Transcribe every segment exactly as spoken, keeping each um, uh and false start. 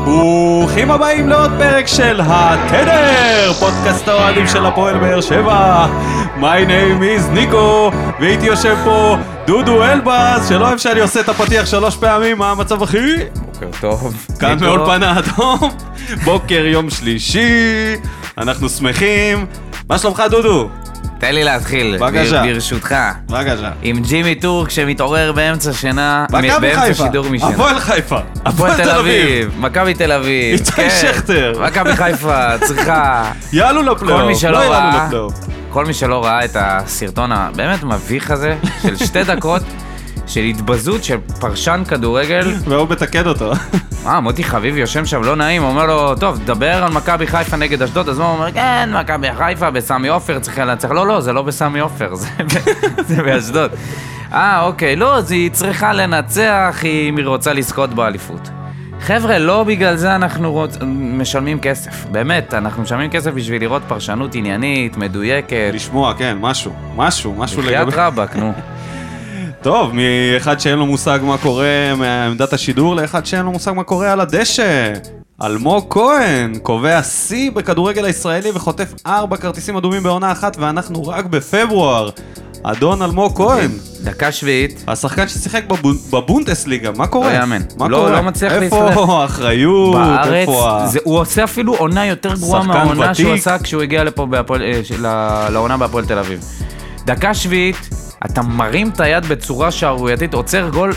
ברוכים הבאים לעוד פרק של התדר, פודקאסט האוהדים של הפועל באר שבע. My name is ניקו, והייתי יושב פה דודו אלבאז, שלא אוהב שאני עושה את הפתיח שלוש פעמים. מה המצב אחי? בוקר טוב. כאן מאולפן האדום, בוקר יום שלישי, אנחנו שמחים. מה שלומך דודו? תן לי להתחיל, בבקשה. ברשותך. בבקשה. עם ג'ימי טורק שמתעורר באמצע שינה, באמצע שידור משנה. הפועל חיפה, הפועל תל אביב, מכבי תל אביב. איתי שכטר. מכבי חיפה, צריכה. יעלו לפלייאוף. כל מי שלא לא יעלו ראה, לפלייאוף. כל מי שלא ראה את הסרטון הבאמת מביך הזה, של שתי דקות, של התבזות של פרשן כדורגל. והוא מתקד אותו. אה, מוטי חביב יושם שם לא נעים, אומר לו, טוב, דבר על מכבי חיפה נגד אשדוד, אז הוא אומר, כן, מכבי חיפה בסמי עופר צריך לנצח. לא, לא, זה לא בסמי עופר, זה, זה באשדוד. אה, אוקיי, לא, אז היא צריכה לנצח אם היא רוצה לזכות באליפות. חבר'ה, לא בגלל זה אנחנו רוצ... משלמים כסף. באמת, אנחנו משלמים כסף בשביל לראות פרשנות עניינית, מדויקת. לשמוע, כן, משהו, משהו, משהו בחיית רבק, נו. טוב, מאחד שאין לו מושג מה קורה מעמדת השידור, לאחד שאין לו מושג מה קורה על הדשא. אלמוג כהן קובע שיא בכדורגל הישראלי וחוטף ארבע כרטיסים אדומים בעונה אחת, ואנחנו רק בפברואר. אדון אלמוג כהן. דקה שביעית. השחקן ששיחק בבונדסליגה, מה קורה? לא יאמן. מה לא, קורה? לא מצליח להסתדר. איפה האחריות? בארץ, איפה זה, הוא עושה אפילו עונה יותר גרועה מהעונה שהוא עשה כשהוא הגיע לפה בהפועל, לה, לעונה בהפועל תל אביב. דקה שביעית, אתה מרים את היד בצורה שערורייתית, עוצר גול,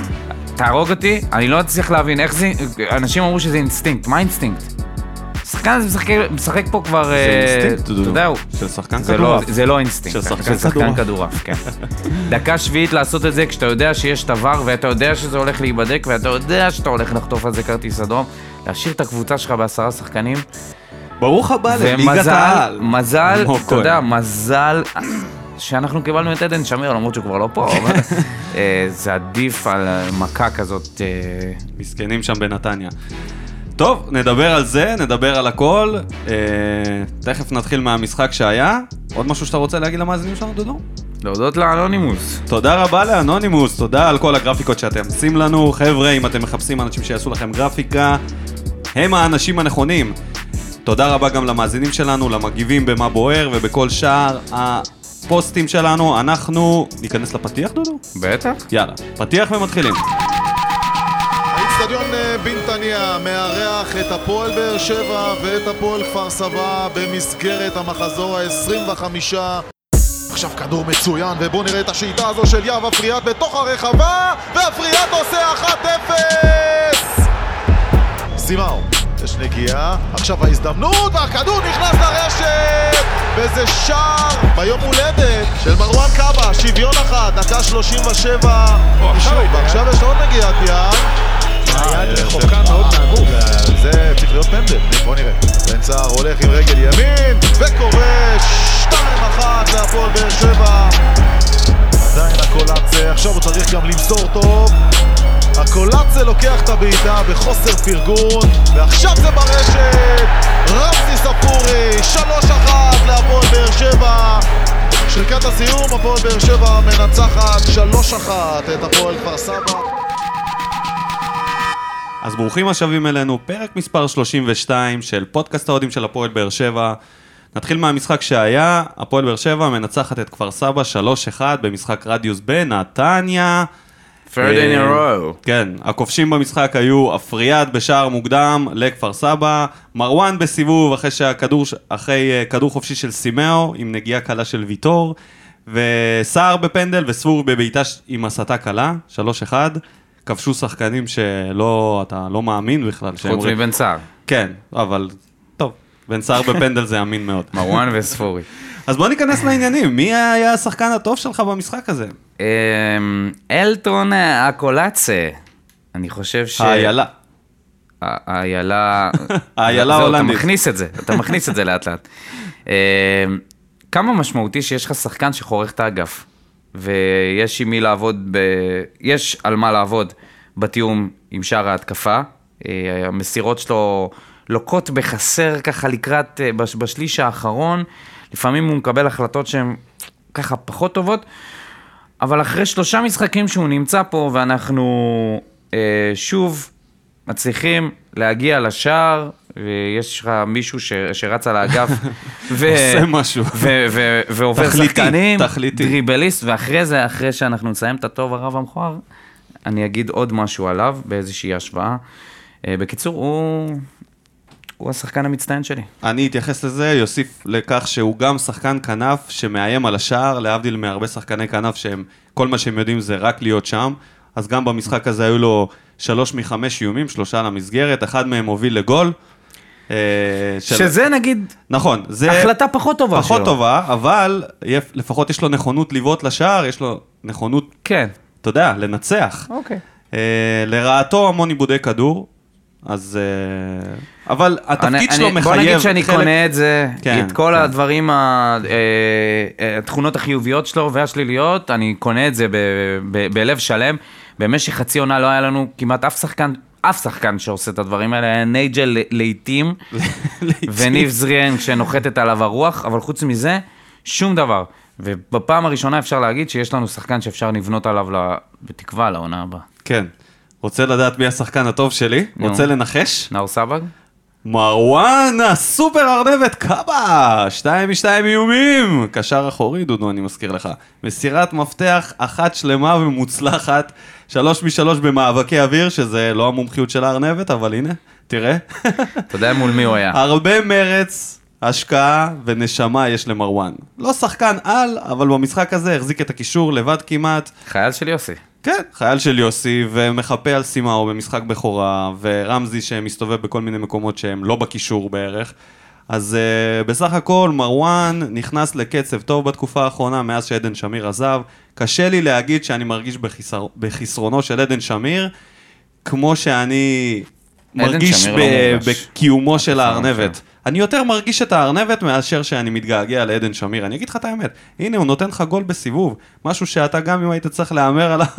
תהרוג אותי, אני לא צריך להבין איך זה, אנשים אמרו שזה אינסטינקט, מה אינסטינקט? שחקן הזה משחק, משחק פה כבר, זה אינסטינקט, אתה יודע, של שחקן כדורף. זה לא אינסטינקט, של שחקן כדורף, כן. דקה שביעית לעשות את זה כשאתה יודע שיש דבר, ואתה יודע שזה הולך להיבדק, ואתה יודע שאתה הולך לחטוף על זה כרטיס אדום, להשאיר את הקבוצה שלך בעשרה שחקנים. ברוך הבא לליגת העל. מזל, אתה יודע, מזל שאנחנו קיבלנו את עדן שמיר, למרות שהוא כבר לא פה, אבל זה עדיף על מכה כזאת. מסכנים שם בנתניה. טוב, נדבר על זה, נדבר על הכל. אה, תכף נתחיל מהמשחק שהיה. עוד משהו שאתה רוצה להגיד למאזינים שלנו, דודו? להודות לאנונימוס. תודה רבה לאנונימוס, תודה על כל הגרפיקות שאתם עושים לנו. חבר'ה, אם אתם מחפשים אנשים שיעשו לכם גרפיקה, הם האנשים הנכונים. תודה רבה גם למאזינים שלנו, למגיבים במה בוער ובכל שאר הפוסטים שלנו. אנחנו ניכנס לפתיח, דודו? בטח. יאללה, פתיח ומתחילים. האצטדיון בנתניה מארח את הפועל באר שבע ואת הפועל כפר סבא במסגרת המחזור ה-עשרים וחמש. עכשיו כדור מצוין, ובואו נראה את השיטה הזו של יאב אפריאט בתוך הרחבה, ואפריאט עושה אחת אפס. סימאו, יש נגיעה, עכשיו ההזדמנות, והכדור נכנס לרשת, וזה שער ביום הולדת של מרואן קאבה, שוויון אחת, דקה שלושים ושבע. ועכשיו יש עוד נגיעת יד. היד רחוקה מאוד מהגוף. זה צריך להיות פנדל, בוא נראה. בן צער הולך עם רגל ימין וקורא שתיים אחת להפועל באר שבע. עדיין הקולאצה, עכשיו הוא צריך גם למסור טוב. הקולאצה לוקח את הבעיטה בחוסר פרגון, ועכשיו זה ברשת. רמזי ספורי, שלוש אחת להפועל באר שבע. שריקת הסיום, הפועל באר שבע מנצחת שלוש אחת את הפועל כפר סבא. אז ברוכים השבים אלינו, פרק מספר שלושים ושתיים של פודקאסט האוהדים של הפועל באר שבע. נתחיל מהמשחק שהיה, הפועל באר שבע מנצחת את כפר סבא שלוש אחת במשחק רדיוס בנתניה. third in a row. כן, הכובשים במשחק היו אפריאט בשער מוקדם לכפר סבא, מרואן בסיבוב אחרי שהכדור, אחרי כדור חופשי של סימאו עם נגיעה קלה של ויטור, וסער בפנדל וספור בביתה עם הסתה קלה, שלוש אחת. כבשו שחקנים שלא, אתה לא מאמין בכלל. חוץ מבן סער. כן, אבל טוב, בן סער בפנדל זה אמין מאוד. מרואן וספורי. אז בוא ניכנס לעניינים, מי היה השחקן הטוב שלך במשחק הזה? אלטון הקולאצה, אני חושב ש... האיילה. האיילה... האיילה ההולנדית. אתה מכניס את זה, אתה מכניס את זה לאט לאט. כמה משמעותי שיש לך שחקן שחורך את האגף. ויש עם מי לעבוד, ב... יש על מה לעבוד בתיאום עם שער ההתקפה. המסירות שלו לוקות בחסר ככה לקראת, בשליש האחרון. לפעמים הוא מקבל החלטות שהן ככה פחות טובות, אבל אחרי שלושה משחקים שהוא נמצא פה, ואנחנו אה, שוב מצליחים להגיע לשער, ויש לך מישהו ש, שרץ על האגף, ו, עושה משהו. ו, ו, ועובר תכליתי, שחקנים, תכליתי. דריבליסט, ואחרי זה, אחרי שאנחנו נסיים את הטוב הרב המכוער, אני אגיד עוד משהו עליו, באיזושהי השוואה. בקיצור, הוא, הוא השחקן המצטיין שלי. אני אתייחס לזה, יוסיף לכך שהוא גם שחקן כנף שמאיים על השער, להבדיל מהרבה שחקני כנף שהם, כל מה שהם יודעים זה רק להיות שם, אז גם במשחק הזה היו לו שלוש מחמש איומים, שלושה למסגרת, אחד מהם הוביל לגול. שזה נגיד, נכון, זה החלטה פחות טובה פחות שלו. טובה, אבל לפחות יש לו נכונות לבעוט לשער, יש לו נכונות, כן. אתה יודע, לנצח. אוקיי. לרעתו המון עיבודי כדור, אז... אבל התפקיד שלו מחייב... בוא נגיד שאני קונה את זה, את כל הדברים, התכונות החיוביות שלו והשליליות, אני קונה את זה בלב שלם. במשך חצי עונה לא היה לנו כמעט אף שחקן, אף שחקן שעושה את הדברים האלה, היה נייג'ל לעיתים, וניב זריאן שנוחתת עליו הרוח, אבל חוץ מזה, שום דבר. ובפעם הראשונה אפשר להגיד שיש לנו שחקן שאפשר לבנות עליו בתקווה לעונה הבאה. כן. רוצה לדעת מי השחקן הטוב שלי? רוצה לנחש? נאור סבג? מרואן, הסופר ארנבת קאבה! שתיים משתיים איומים! קשר אחורי, דודו, אני מזכיר לך. מסירת מפתח אחת שלמה ומוצלחת, שלוש משלוש במאבקי אוויר, שזה לא המומחיות של הארנבת, אבל הנה, תראה. אתה יודע מול מי הוא היה. הרבה מרץ, השקעה ונשמה יש למרואן. לא שחקן על, אבל במשחק הזה החזיק את הקישור לבד כמעט. חייל של יוסי. כן, חייל של יוסי, ומחפה על סימאו במשחק בכורה, ורמזי שמסתובב בכל מיני מקומות שהם לא בקישור בערך. אז uh, בסך הכל מרואן נכנס לקצב טוב בתקופה האחרונה, מאז שעדן שמיר עזב. קשה לי להגיד שאני מרגיש בחסר... בחסרונו של עדן שמיר, כמו שאני מרגיש ב... לא בקיומו של הארנבת. אני יותר מרגיש את הארנבת מאשר שאני מתגעגע לעדן שמיר. אני אגיד לך את האמת, הנה הוא נותן לך גול בסיבוב, משהו שאתה גם אם היית צריך לאמר עליו,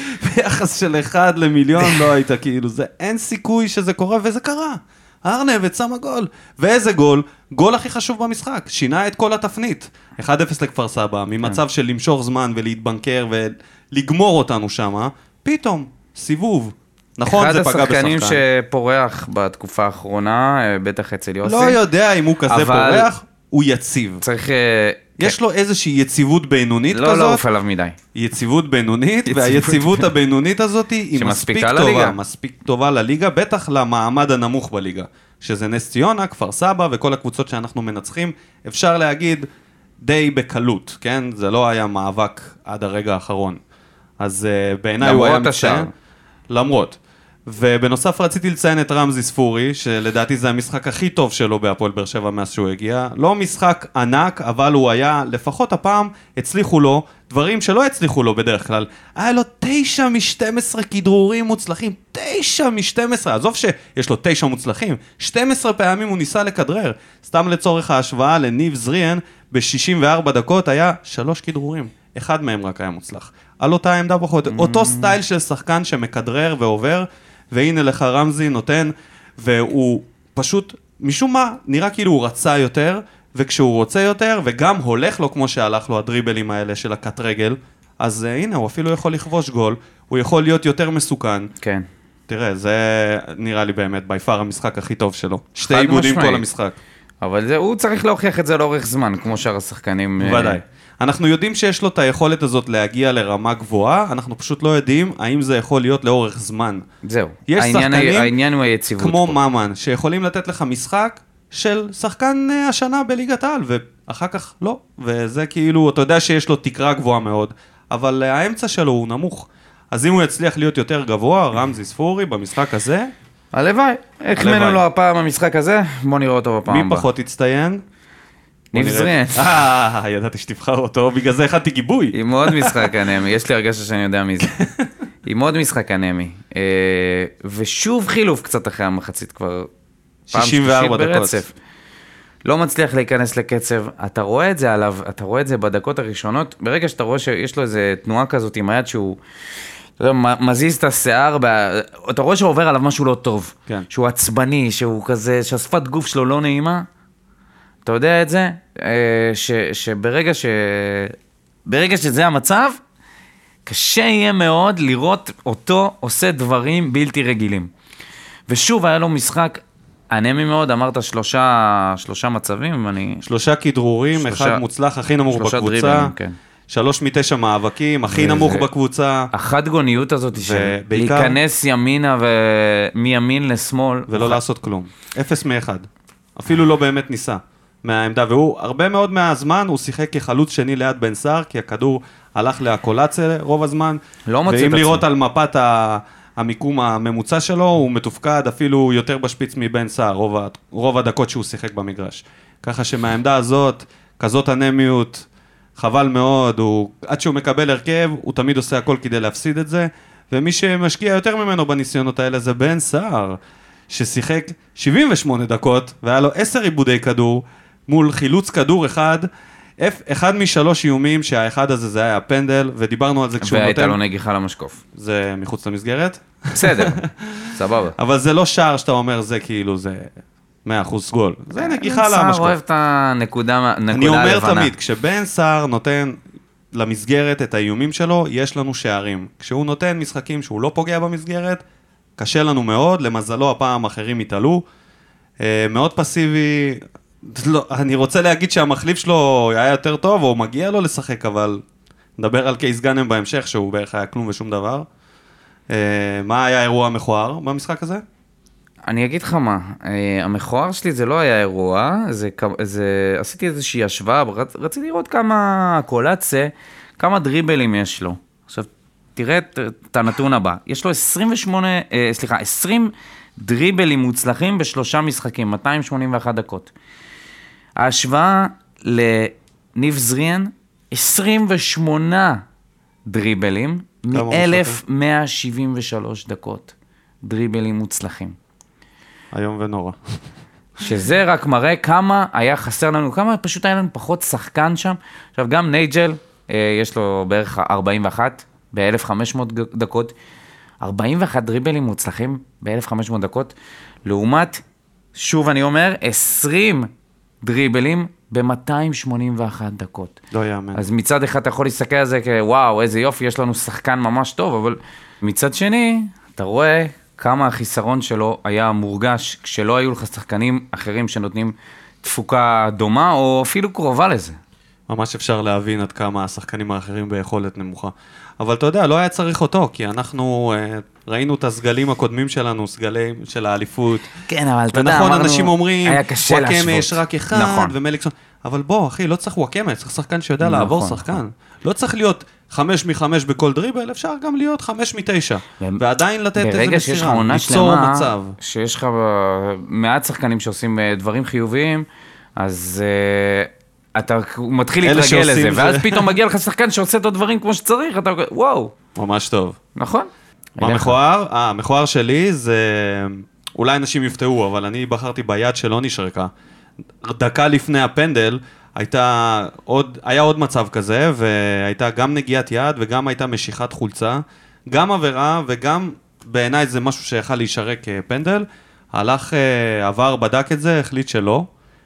ביחס של אחד למיליון לא היית כאילו, זה אין סיכוי שזה קורה, וזה קרה. הארנבת שמה גול. ואיזה גול? גול הכי חשוב במשחק, שינה את כל התפנית. אחד אפס לכפר סבא, ממצב של למשוך זמן ולהתבנקר ולגמור אותנו שם, פתאום, סיבוב. נכון, זה פגע בשחקן. אחד השחקנים שפורח בתקופה האחרונה, בטח אצל יוסי. לא יודע אם הוא כזה פורח, הוא יציב. צריך... יש לו איזושהי יציבות בינונית כזאת. לא לעוף עליו מדי. יציבות בינונית, והיציבות הבינונית הזאת היא מספיק טובה. מספיק טובה לליגה, בטח למעמד הנמוך בליגה. שזה נס ציונה, כפר סבא וכל הקבוצות שאנחנו מנצחים, אפשר להגיד די בקלות, כן? זה לא היה מאבק עד הרגע האחרון. אז בעיניי הוא היה מצטיין. למרות. ובנוסף רציתי לציין את רמזי ספורי, שלדעתי זה המשחק הכי טוב שלו בהפועל באר שבע מאז שהוא הגיע. לא משחק ענק, אבל הוא היה, לפחות הפעם, הצליחו לו דברים שלא הצליחו לו בדרך כלל. היה לו תשע משתים עשרה כדרורים מוצלחים, תשע משתים עשרה, עזוב שיש לו תשע מוצלחים, שתים עשרה פעמים הוא ניסה לכדרר. סתם לצורך ההשוואה לניב זריאן, ב-שישים וארבע דקות היה שלוש כדרורים. אחד מהם רק היה מוצלח. על אותה עמדה פחות, mm-hmm. אותו סטייל של שחקן שמכדרר ועובר, והנה לך רמזי נותן, והוא פשוט, משום מה, נראה כאילו הוא רצה יותר, וכשהוא רוצה יותר, וגם הולך לו כמו שהלך לו הדריבלים האלה של הקט רגל, אז uh, הנה, הוא אפילו יכול לכבוש גול, הוא יכול להיות יותר מסוכן. כן. תראה, זה נראה לי באמת, ביפר המשחק הכי טוב שלו. שתי עיבודים כל המשחק. אבל זה, הוא צריך להוכיח את זה לאורך זמן, כמו שאר השחקנים. ודאי. אנחנו יודעים שיש לו את היכולת הזאת להגיע לרמה גבוהה, אנחנו פשוט לא יודעים האם זה יכול להיות לאורך זמן. זהו. יש העניין, שחקנים העניין הוא היציבות כמו פה. ממן, שיכולים לתת לך משחק של שחקן השנה בליגת העל, ואחר כך לא. וזה כאילו, אתה יודע שיש לו תקרה גבוהה מאוד, אבל האמצע שלו הוא נמוך. אז אם הוא יצליח להיות יותר גבוה, רמזי ספורי במשחק הזה... הלוואי. החמנו לו הפעם המשחק הזה, בוא נראה אותו בפעם הבאה. מי פחות יצטיין? ניב זריאן. אה, ידעתי שתבחר אותו, בגלל זה הכנתי גיבוי. עם עוד משחק אנמי, יש לי הרגשה שאני יודע מי זה. עם עוד משחק אנמי. ושוב חילוף קצת אחרי המחצית כבר. שישים וארבע דקות. לא מצליח להיכנס לקצב. אתה רואה את זה עליו, אתה רואה את זה בדקות הראשונות. ברגע שאתה רואה שיש לו איזו תנועה כזאת עם היד שהוא... אתה יודע, מזיז את השיער, אתה רואה שהוא עובר עליו משהו לא טוב. שהוא עצבני, שהוא כזה, שהשפת גוף שלו לא נעימה. אתה יודע את זה, ש, שברגע ש... ברגע שזה המצב, קשה יהיה מאוד לראות אותו עושה דברים בלתי רגילים. ושוב, היה לו משחק אנמי מאוד, אמרת שלושה, שלושה מצבים, אני... שלושה כדרורים, שלושה, אחד מוצלח, הכי נמוך בקבוצה. דריבלים, כן. שלוש מתשע מאבקים, הכי נמוך בקבוצה. החד גוניות הזאת של להיכנס ימינה ומימין לשמאל. ולא לעשות כלום. אפס מאחד. אפילו לא באמת ניסה מהעמדה, והוא הרבה מאוד מהזמן הוא שיחק כחלוץ שני ליד בן סער, כי הכדור הלך להקולציה רוב הזמן. לא מוצא את עצמו. ואם לראות על מפת המיקום הממוצע שלו, הוא מתופקד אפילו יותר בשפיץ מבן סער, רוב, רוב הדקות שהוא שיחק במגרש. ככה שמהעמדה הזאת, כזאת אנמיות, חבל מאוד, הוא, עד שהוא מקבל הרכב, הוא תמיד עושה הכל כדי להפסיד את זה, ומי שמשקיע יותר ממנו בניסיונות האלה זה בן סער, ששיחק שבעים ושמונה דקות, והיה לו עשר עיבודי כדור, מול חילוץ כדור אחד, אחד משלוש איומים, שהאחד הזה זה היה הפנדל, ודיברנו על זה כשהוא נותן... והייתה לו נגיחה למשקוף. זה מחוץ למסגרת? בסדר, סבבה. אבל זה לא שער שאתה אומר, זה כאילו, זה... מאה אחוז גול. זה נגיחה למשקוף. סער אוהב את הנקודה הלבנה. אני אומר תמיד, כשבן סער נותן למסגרת את האיומים שלו, יש לנו שערים. כשהוא נותן משחקים שהוא לא פוגע במסגרת, קשה לנו מאוד, למזלו הפעם אחרים יתעלו. מאוד פסיבי, אני רוצה להגיד שהמחליף שלו היה יותר טוב, או מגיע לו לשחק, אבל נדבר על קייס גאנם בהמשך, שהוא בערך היה כלום ושום דבר. מה היה האירוע המכוער במשחק הזה? אני אגיד לך מה, המכוער שלי זה לא היה אירוע, זה, זה, עשיתי איזושהי השוואה, רצ, רציתי לראות כמה קולציה, כמה דריבלים יש לו. עכשיו, תראה את, את הנתון הבא, יש לו עשרים ושמונה, אה, סליחה, עשרים דריבלים מוצלחים בשלושה משחקים, מאתיים שמונים ואחת דקות. ההשוואה לניב זריאן, עשרים ושמונה דריבלים, מ-אלף מאה שבעים ושלוש דקות, דריבלים מוצלחים. היום ונורא. שזה רק מראה כמה היה חסר לנו, כמה פשוט היה לנו פחות שחקן שם. עכשיו גם נייג'ל, יש לו בערך ארבעים ואחת ב-אלף וחמש מאות דקות, ארבעים ואחת דריבלים מוצלחים ב-אלף וחמש מאות דקות, לעומת, שוב אני אומר, עשרים דריבלים ב-מאתיים שמונים ואחת דקות. לא יאמן. אז מצד אחד אתה יכול להסתכל על זה כוואו, איזה יופי, יש לנו שחקן ממש טוב, אבל מצד שני, אתה רואה כמה החיסרון שלו היה מורגש, כשלא היו לך שחקנים אחרים שנותנים תפוקה דומה, או אפילו קרובה לזה. ממש אפשר להבין עד כמה השחקנים האחרים ביכולת נמוכה. אבל אתה יודע, לא היה צריך אותו, כי אנחנו אה, ראינו את הסגלים הקודמים שלנו, סגלים של האליפות. כן, אבל אתה יודע, אמרנו, ונכון, אנשים אומרים, וואקמה יש רק אחד, נכון. ומליקסון. אבל בוא, אחי, לא צריך וואקמה, צריך שחקן שיודע נכון, לעבור נכון. שחקן. לא צריך להיות חמש מחמש בכל דריבל, אפשר גם להיות חמש מתשע. ועדיין לתת איזה מסירה, שיש לך עונה שלמה, שיש לך מעט שחקנים שעושים דברים חיוביים, אז אתה מתחיל להתרגל לזה, ואז פתאום מגיע לך שחקן שעושה את הדברים כמו שצריך, אתה וואו. ממש טוב. נכון. מה מכוער? אה, המכוער שלי זה, אולי אנשים יפתעו, אבל אני בחרתי ביד שלא נשרקה. דקה לפני הפנדל, הייתה עוד, היה עוד מצב כזה, והייתה גם נגיעת יד, וגם הייתה משיכת חולצה, גם עבירה, וגם בעיניי זה משהו שיכל להישרק פנדל, הלך, עבר, בדק את זה, החליט שלא,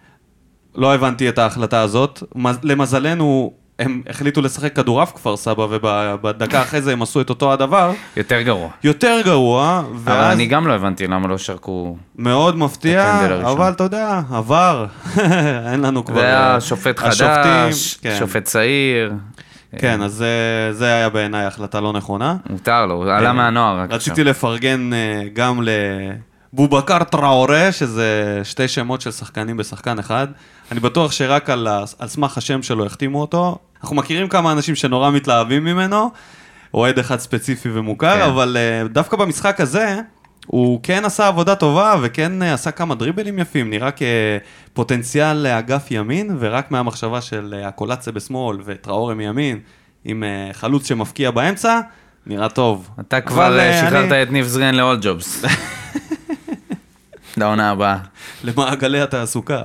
לא הבנתי את ההחלטה הזאת, למזלנו, הם החליטו לשחק כדורף כפר סבא, ובדקה אחרי זה הם עשו את אותו הדבר. יותר גרוע. יותר גרוע. אבל אני גם לא הבנתי למה לא שרקו... מאוד מפתיע, אבל אתה יודע, עבר. אין לנו כבר... זה היה שופט חדש, שופט צעיר. כן, אז זה היה בעיניי החלטה לא נכונה. מותר לו, עלה מהנוער. רציתי לפרגן גם לבובקר טראורה, שזה שתי שמות של שחקנים בשחקן אחד. אני בטוח שרק על, על סמך השם שלו החתימו אותו. אנחנו מכירים כמה אנשים שנורא מתלהבים ממנו, אוהד אחד ספציפי ומוכר, כן. אבל uh, דווקא במשחק הזה, הוא כן עשה עבודה טובה, וכן uh, עשה כמה דריבלים יפים, נראה כפוטנציאל לאגף ימין, ורק מהמחשבה של uh, הקולציה בשמאל, וטראורה מימין, עם uh, חלוץ שמפקיע באמצע, נראה טוב. אתה כבר uh, שחררת אני... את ניב זריאן לאול ג'ובס. לעונה הבאה. למעגלי התעסוקה.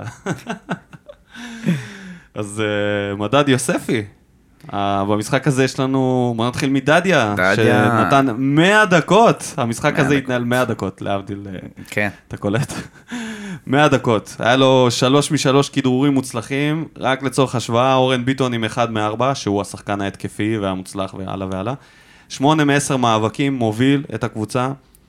אז uh, מדד יוספי, uh, במשחק הזה יש לנו, בוא נתחיל מדדיה, דדיה. שנתן מאה דקות, המשחק הזה דקות. התנהל מאה דקות, להבדיל, כן. אתה קולט? מאה דקות, היה לו שלוש משלוש כדרורים מוצלחים, רק לצורך השוואה, אורן ביטון עם אחד מארבע, שהוא השחקן ההתקפי והמוצלח והלאה והלאה, שמונה מעשר מאבקים, מוביל את הקבוצה,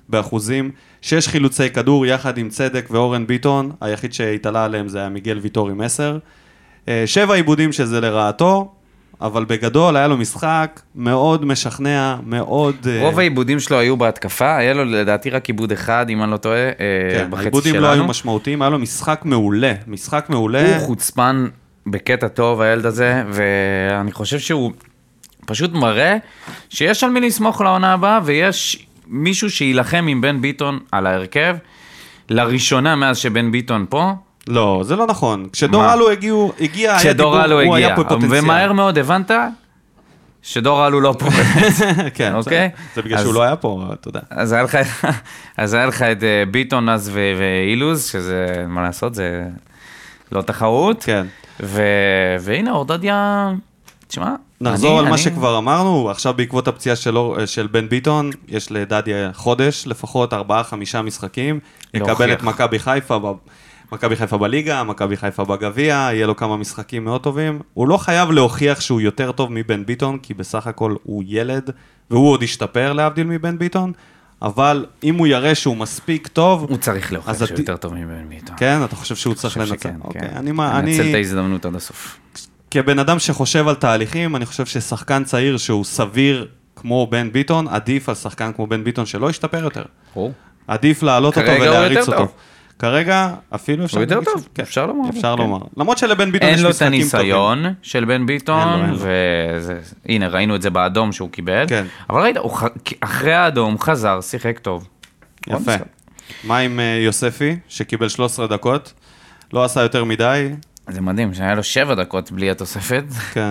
באחוזים, שש חילוצי כדור יחד עם צדק ואורן ביטון, היחיד שהתעלה עליהם זה היה מיגל ויטור עם עשר, שבע עיבודים שזה לרעתו, אבל בגדול היה לו משחק מאוד משכנע, מאוד... רוב העיבודים שלו היו בהתקפה, היה לו לדעתי רק עיבוד אחד, אם אני לא טועה, כן, בחצי העיבודים שלנו. לא היו משמעותיים, היה לו משחק מעולה, משחק מעולה. הוא חוצפן בקטע טוב, הילד הזה, ואני חושב שהוא פשוט מראה שיש על מי לסמוך לעונה הבאה, ויש מישהו שילחם עם בן ביטון על ההרכב, לראשונה מאז שבן ביטון פה. לא, זה לא נכון. כשדור אלו הגיעו, הגיע, היה כשדור אלו הוא הגיע, היה פה פוטנציאל. ומהר מאוד הבנת שדור אלו לא פה. כן, אוקיי? זה בגלל שהוא לא היה פה, אתה יודע. אז היה לך, אז היה לך את ביטון אז ואילוז, שזה, מה לעשות, זה לא תחרות. כן. והנה, אורדדיה, תשמע, נחזור על מה שכבר אמרנו, עכשיו בעקבות הפציעה של בן ביטון, יש לדדיה חודש, לפחות ארבעה, חמישה משחקים, יקבל את מכבי חיפה, מכבי חיפה בליגה, מכבי חיפה בגביע, יהיה לו כמה משחקים מאוד טובים. הוא לא חייב להוכיח שהוא יותר טוב מבן ביטון, כי בסך הכל הוא ילד, והוא עוד ישתפר להבדיל מבן ביטון, אבל אם הוא יראה שהוא מספיק טוב... הוא צריך להוכיח שהוא יותר טוב מבן ביטון. כן, אתה חושב שהוא צריך לנצל? אוקיי, אני אנצל את ההזדמנות עד הסוף. כבן אדם שחושב על תהליכים, אני חושב ששחקן צעיר שהוא סביר כמו בן ביטון, עדיף על שחקן כמו בן ביטון שלא ישתפר יותר. עדיף להעלות אותו ולהריץ אותו. כרגע אפילו אפשר... הוא יותר טוב, אפשר לומר. אפשר לומר. למרות שלבן ביטון יש משחקים טובים. אין לו את הניסיון של בן ביטון, והנה, ראינו את זה באדום שהוא קיבל. אבל ראית, אחרי האדום חזר, שיחק טוב. יפה. מה עם יוספי, שקיבל שלוש עשרה דקות? לא עשה יותר מדי. זה מדהים, שהיה לו שבע דקות בלי התוספת. כן.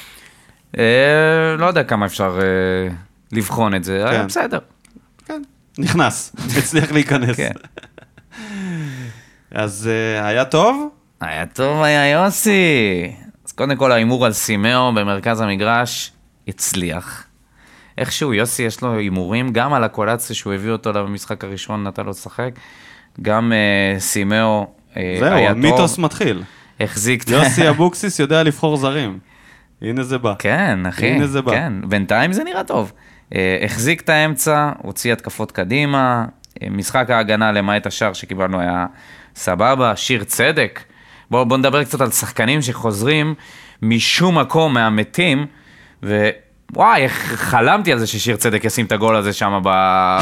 לא יודע כמה אפשר לבחון את זה, היה בסדר. כן, נכנס, הצליח להיכנס. כן. אז היה טוב? היה טוב, היה יוסי. אז קודם כל, האימור על סימאו במרכז המגרש הצליח. איכשהו יוסי יש לו אימורים, גם על הקולציה שהוא הביא אותו למשחק הראשון, נתן לו לשחק, גם סימאו היה טוב. זהו, המיתוס מתחיל. החזיק... יוסי אבוקסיס יודע לבחור זרים. הנה זה בא. כן, אחי. הנה זה בא. כן, בינתיים זה נראה טוב. החזיק את האמצע, הוציא התקפות קדימה, משחק ההגנה למעט השאר שקיבלנו היה סבבה, שיר צדק. בואו בוא נדבר קצת על שחקנים שחוזרים משום מקום מהמתים, ווואי, איך חלמתי על זה ששיר צדק ישים את הגול הזה שם, ב...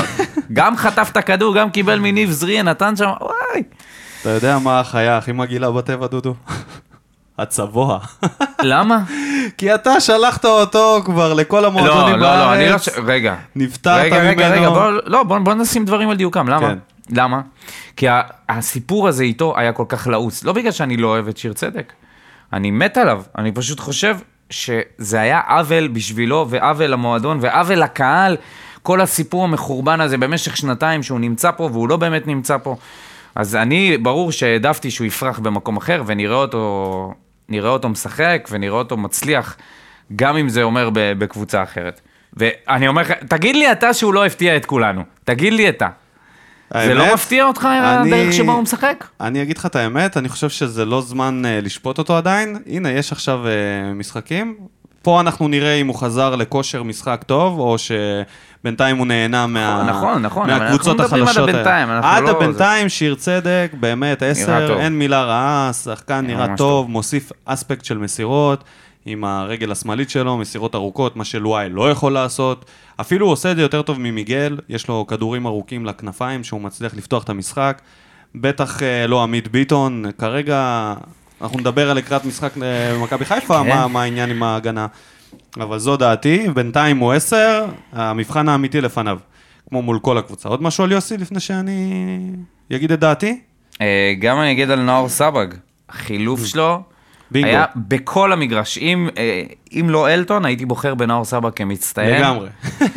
גם חטף את הכדור, גם קיבל מניב זריה, נתן שם, וואי. אתה יודע מה החיה הכי מגעילה בטבע, דודו? הצבוע. למה? כי אתה שלחת אותו כבר לכל המועדונים בארץ. לא, לא, אני... רגע. נפטרת ממנו. רגע, רגע, לא, בוא נשים דברים על דיוקם, למה? למה? כי הסיפור הזה איתו היה כל כך לעוץ. לא בגלל שאני לא אוהב את שיר צדק. אני מת עליו. אני פשוט חושב שזה היה עוול בשבילו, ועוול למועדון, ועוול לקהל. כל הסיפור המחורבן הזה במשך שנתיים שהוא נמצא פה, והוא לא באמת נמצא פה. אז אני, ברור שהעדפתי שהוא יפרח במקום אחר, ונראה אותו, נראה אותו משחק, ונראה אותו מצליח, גם אם זה אומר בקבוצה אחרת. ואני אומר, תגיד לי אתה שהוא לא הפתיע את כולנו. תגיד לי אתה. זה לא מפתיע אותך הדרך שבה הוא משחק? אני אגיד לך את האמת, אני חושב שזה לא זמן לשפוט אותו עדיין. הנה, יש עכשיו משחקים. פה אנחנו נראה אם הוא חזר לכושר משחק טוב, או שבינתיים הוא נהנה מהקבוצות החלשות. עד הבינתיים שיר צדק, באמת עשר, אין מילה רעה, שחקן נראה טוב, מוסיף אספקט של מסירות, עם הרגל השמאלית שלו, מסירות ארוכות, מה שלואי לא יכול לעשות. אפילו הוא עושה את זה יותר טוב ממיגל, יש לו כדורים ארוכים לכנפיים, שהוא מצליח לפתוח את המשחק. בטח לא עמית ביטון, כרגע אנחנו נדבר על לקראת משחק מכבי חיפה, מה, מה העניין עם ההגנה. אבל זו דעתי, בינתיים הוא עשר, המבחן האמיתי לפניו, כמו מול כל הקבוצה. עוד משהו על יוסי לפני שאני אגיד את דעתי? גם אני אגיד על נאור סבג, החילוף שלו, בינגו. היה בכל המגרש. אם, אם לא אלטון, הייתי בוחר בנאור סבא כמצטיין. לגמרי.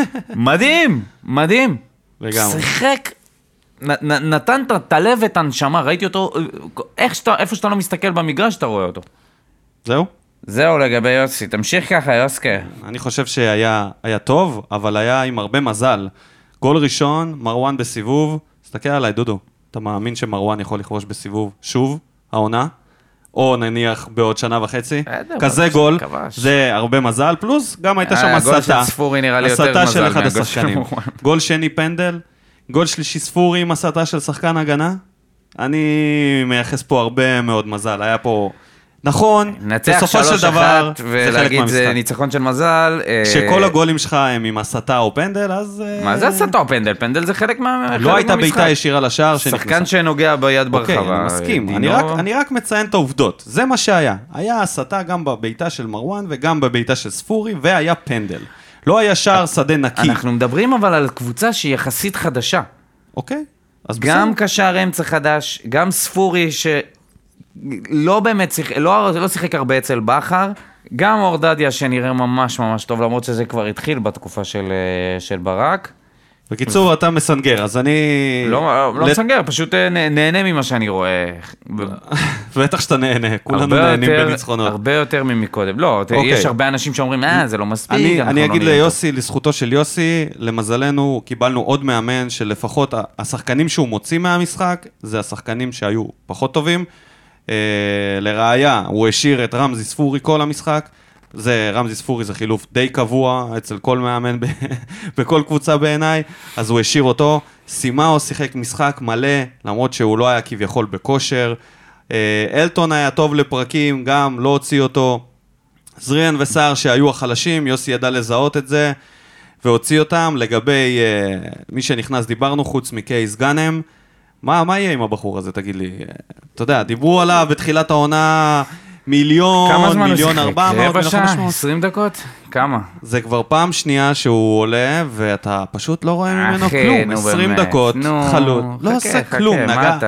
מדהים, מדהים. לגמרי. שיחק, נ, נ, נתן את הלב ואת הנשמה, ראיתי אותו, איך שאתה, איפה שאתה לא מסתכל במגרש, אתה רואה אותו. זהו? זהו לגבי יוסי, תמשיך ככה יוסקה. אני חושב שהיה היה טוב, אבל היה עם הרבה מזל. גול ראשון, מרואן בסיבוב, תסתכל עליי דודו, אתה מאמין שמרואן יכול לכבוש בסיבוב שוב, העונה? או נניח בעוד שנה וחצי, כזה גול, זה הרבה מזל, פלוס גם הייתה שם הסתה, הגול של צפורי נראה לי יותר מזל הסתה של אחד השחקנים. גול שני פנדל, גול שלישי ספורי עם הסתה של שחקן הגנה. אני מייחס פה הרבה מאוד מזל. היה פה... נכון, בסופו של דבר, זה חלק מהמשחק. זה ניצחון של מזל. שכל הגולים שלך הם עם הסתה או פנדל, אז... מה זה הסתה או פנדל? פנדל זה חלק מהמשחק. לא הייתה בעיטה ישירה לשער שנכנסה. שחקן שנוגע ביד ברחבה. אוקיי, אני מסכים. אני רק מציין את העובדות. זה מה שהיה. היה הסתה גם בביתה של מרואן וגם בביתה של ספורי, והיה פנדל. לא היה שער שדה נקי. אנחנו מדברים אבל על קבוצה שהיא יחסית חדשה. אוקיי, אז גם קשר אמצע חדש, גם ספורי ש... לא באמת, לא, לא שיחק הרבה אצל בחר, גם אורדדיה שנראה ממש ממש טוב, למרות שזה כבר התחיל בתקופה של, של ברק. בקיצור, אתה מסנגר, אז אני... לא, לא מסנגר, פשוט נהנה ממה שאני רואה. בטח שאתה נהנה, כולנו נהנים בניצחונות. הרבה יותר ממקודם. לא, יש הרבה אנשים שאומרים, אה, זה לא מספיק. אני אגיד ליוסי, לזכותו של יוסי, למזלנו, קיבלנו עוד מאמן, שלפחות השחקנים שהוא מוציא מהמשחק, זה השחקנים שהיו פחות טובים. לראיה, הוא השאיר את רמזי ספורי כל המשחק. זה, רמזי ספורי זה חילוף די קבוע אצל כל מאמן בכל קבוצה בעיניי, אז הוא השאיר אותו. סימאו שיחק משחק מלא, למרות שהוא לא היה כביכול בכושר. אלטון היה טוב לפרקים, גם לא הוציא אותו. זריאן וסער שהיו החלשים, יוסי ידע לזהות את זה, והוציא אותם. לגבי מי שנכנס דיברנו, חוץ מקייס גאנם, מה, מה יהיה עם הבחור הזה, תגיד לי? אתה יודע, דיברו עליו בתחילת העונה... מיליון, מיליון ארבע מאות, רבע שעה, עשרים דקות? כמה? זה כבר פעם שנייה שהוא עולה, ואתה פשוט לא רואה ממנו כלום. עשרים דקות, חלוט. לא עושה כלום, נגע.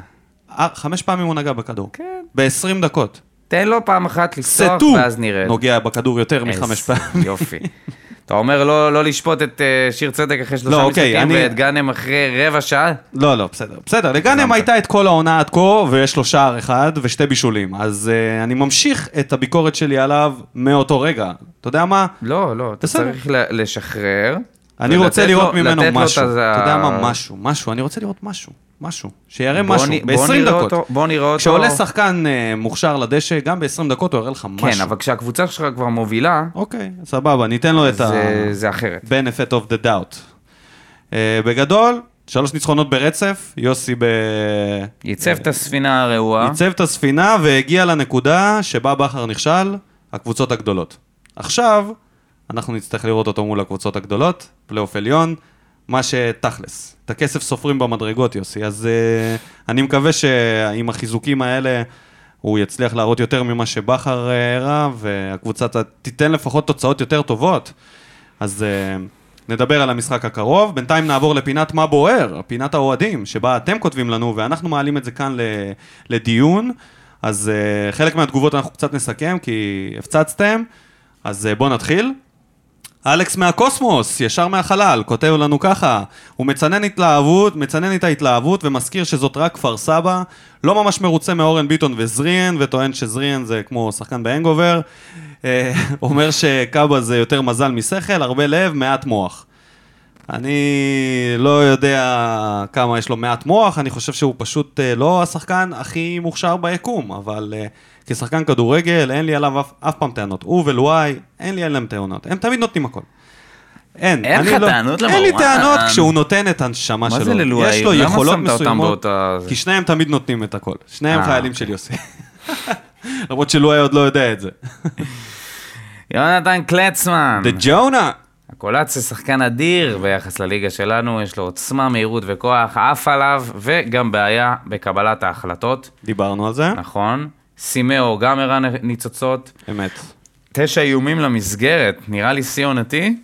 חמש פעמים הוא נגע בכדור. ב-עשרים דקות. תן לו פעם אחת לפתוח, ואז נראה. נוגע בכדור יותר מחמש פעמים. יופי. אתה אומר לא, לא לשפוט את uh, שיר צדק אחרי שלושה לא, משחקים, אני... ואת גאנם אחרי רבע שעה? לא, לא, בסדר. בסדר, לגאנם הייתה את כל העונה עד כה, ויש לו שער אחד ושתי בישולים. אז uh, אני ממשיך את הביקורת שלי עליו מאותו רגע. אתה יודע מה? לא, לא, אתה צריך לשחרר. אני רוצה לראות לו, ממנו משהו. אתה יודע מה? משהו, משהו. אני רוצה לראות משהו. משהו. שיראה משהו. ב-עשרים דקות. אותו, בוא נראה אותו. כשעולה שחקן uh, מוכשר לדשא, גם ב-עשרים דקות הוא יראה לך משהו. כן, אבל כשהקבוצה שלך כבר מובילה... אוקיי, סבבה, ניתן לו את ה... זה אחרת. benefit of the doubt. Uh, בגדול, שלוש ניצחונות ברצף, יוסי ב... ייצב את הספינה הרעועה. ייצב את הספינה והגיע לנקודה שבה בחר נכשל, הקבוצות הגדולות. עכשיו, אנחנו נצטרך לראות אותו מול הקבוצות הגדולות, פלייאוף עליון, מה שתכלס. את הכסף סופרים במדרגות, יוסי. אז uh, אני מקווה שעם החיזוקים האלה, הוא יצליח להראות יותר ממה שבחר הראה, והקבוצה תיתן לפחות תוצאות יותר טובות. אז uh, נדבר על המשחק הקרוב. בינתיים נעבור לפינת מה בוער, פינת האוהדים, שבה אתם כותבים לנו, ואנחנו מעלים את זה כאן לדיון. אז uh, חלק מהתגובות אנחנו קצת נסכם, כי הפצצתם. אז uh, בואו נתחיל. אלכס מהקוסמוס, ישר מהחלל, כותב לנו ככה, הוא מצנן התלהבות, מצנן את ההתלהבות ומזכיר שזאת רק כפר סבא, לא ממש מרוצה מאורן ביטון וזריאן, וטוען שזריאן זה כמו שחקן בהנגובר, אומר שקאבה זה יותר מזל משכל, הרבה לב, מעט מוח. אני לא יודע כמה יש לו מעט מוח, אני חושב שהוא פשוט לא השחקן הכי מוכשר ביקום, אבל... כשחקן כדורגל, אין לי עליו אף, אף פעם טענות. הוא ולואי, אין לי עליהם טענות. הם תמיד נותנים הכל. אין. אין לך לא, טענות למרואן? אין לי טענות כשהוא נותן את הנשמה שלו. מה זה ללואי? יש לו יכולות מסוימות, כי שניהם תמיד נותנים את הכל. שניהם חיילים של יוסי. למרות שלואי עוד לא יודע את זה. יונתן קלצמן. דה ג'ונה. הקולץ זה שחקן אדיר ביחס לליגה שלנו, יש לו עוצמה, מהירות וכוח, עף עליו, וגם בעיה בקבלת ההחלטות. דיברנו על זה. נכון. סימאו גם הראה ניצוצות. אמת. תשע איומים למסגרת, נראה לי שיא עונתי.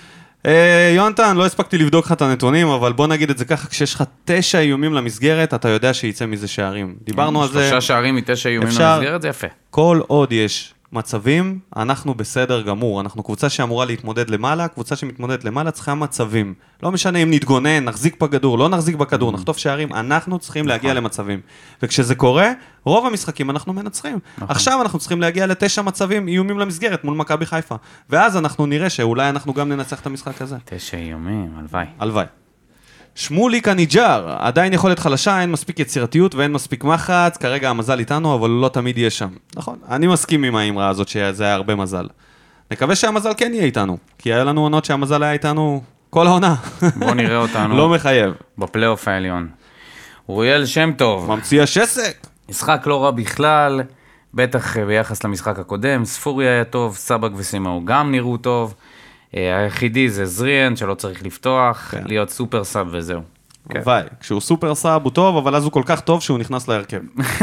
יונתן, לא הספקתי לבדוק לך את הנתונים, אבל בוא נגיד את זה ככה, כשיש לך תשע איומים למסגרת, אתה יודע שיצא מזה שערים. דיברנו על זה. שלושה שערים מתשע איומים למסגרת, זה יפה. כל עוד יש מצבים, אנחנו בסדר גמור. אנחנו קבוצה שאמורה להתמודד למעלה, קבוצה שמתמודדת למעלה צריכה מצבים. לא משנה אם נתגונן, נחזיק בכדור, לא נחזיק בכדור, נחטוף שערים, אנחנו צריכים להגיע למצבים. וכשזה קורה, רוב המשחקים אנחנו מנצחים. עכשיו אנחנו צריכים להגיע לתשע מצבים, איומים למסגרת מול מכבי חיפה. ואז אנחנו נראה שאולי אנחנו גם ננצח את המשחק הזה. תשע איומים, הלוואי. הלוואי. שמוליק הניג'ר, עדיין יכולת חלשה, אין מספיק יצירתיות ואין מספיק מחץ, כרגע המזל איתנו, אבל לא תמיד יהיה שם. נכון, אני מסכים עם האמרה הזאת שזה היה הרבה מזל. נקווה שהמזל כן יהיה איתנו, כי היה לנו עונות שהמזל היה איתנו כל העונה. בוא נראה אותנו. לא מחייב. בפלייאוף העליון. אוריאל שם טוב. ממציא השסק. משחק לא רע בכלל, בטח ביחס למשחק הקודם. ספורי היה טוב, סבק וסימאו גם נראו טוב. היחידי זה זריאן, שלא צריך לפתוח, כן. להיות סופר סאב וזהו. כן. וי, כשהוא סופר סאב הוא טוב, אבל אז הוא כל כך טוב שהוא נכנס להרכב.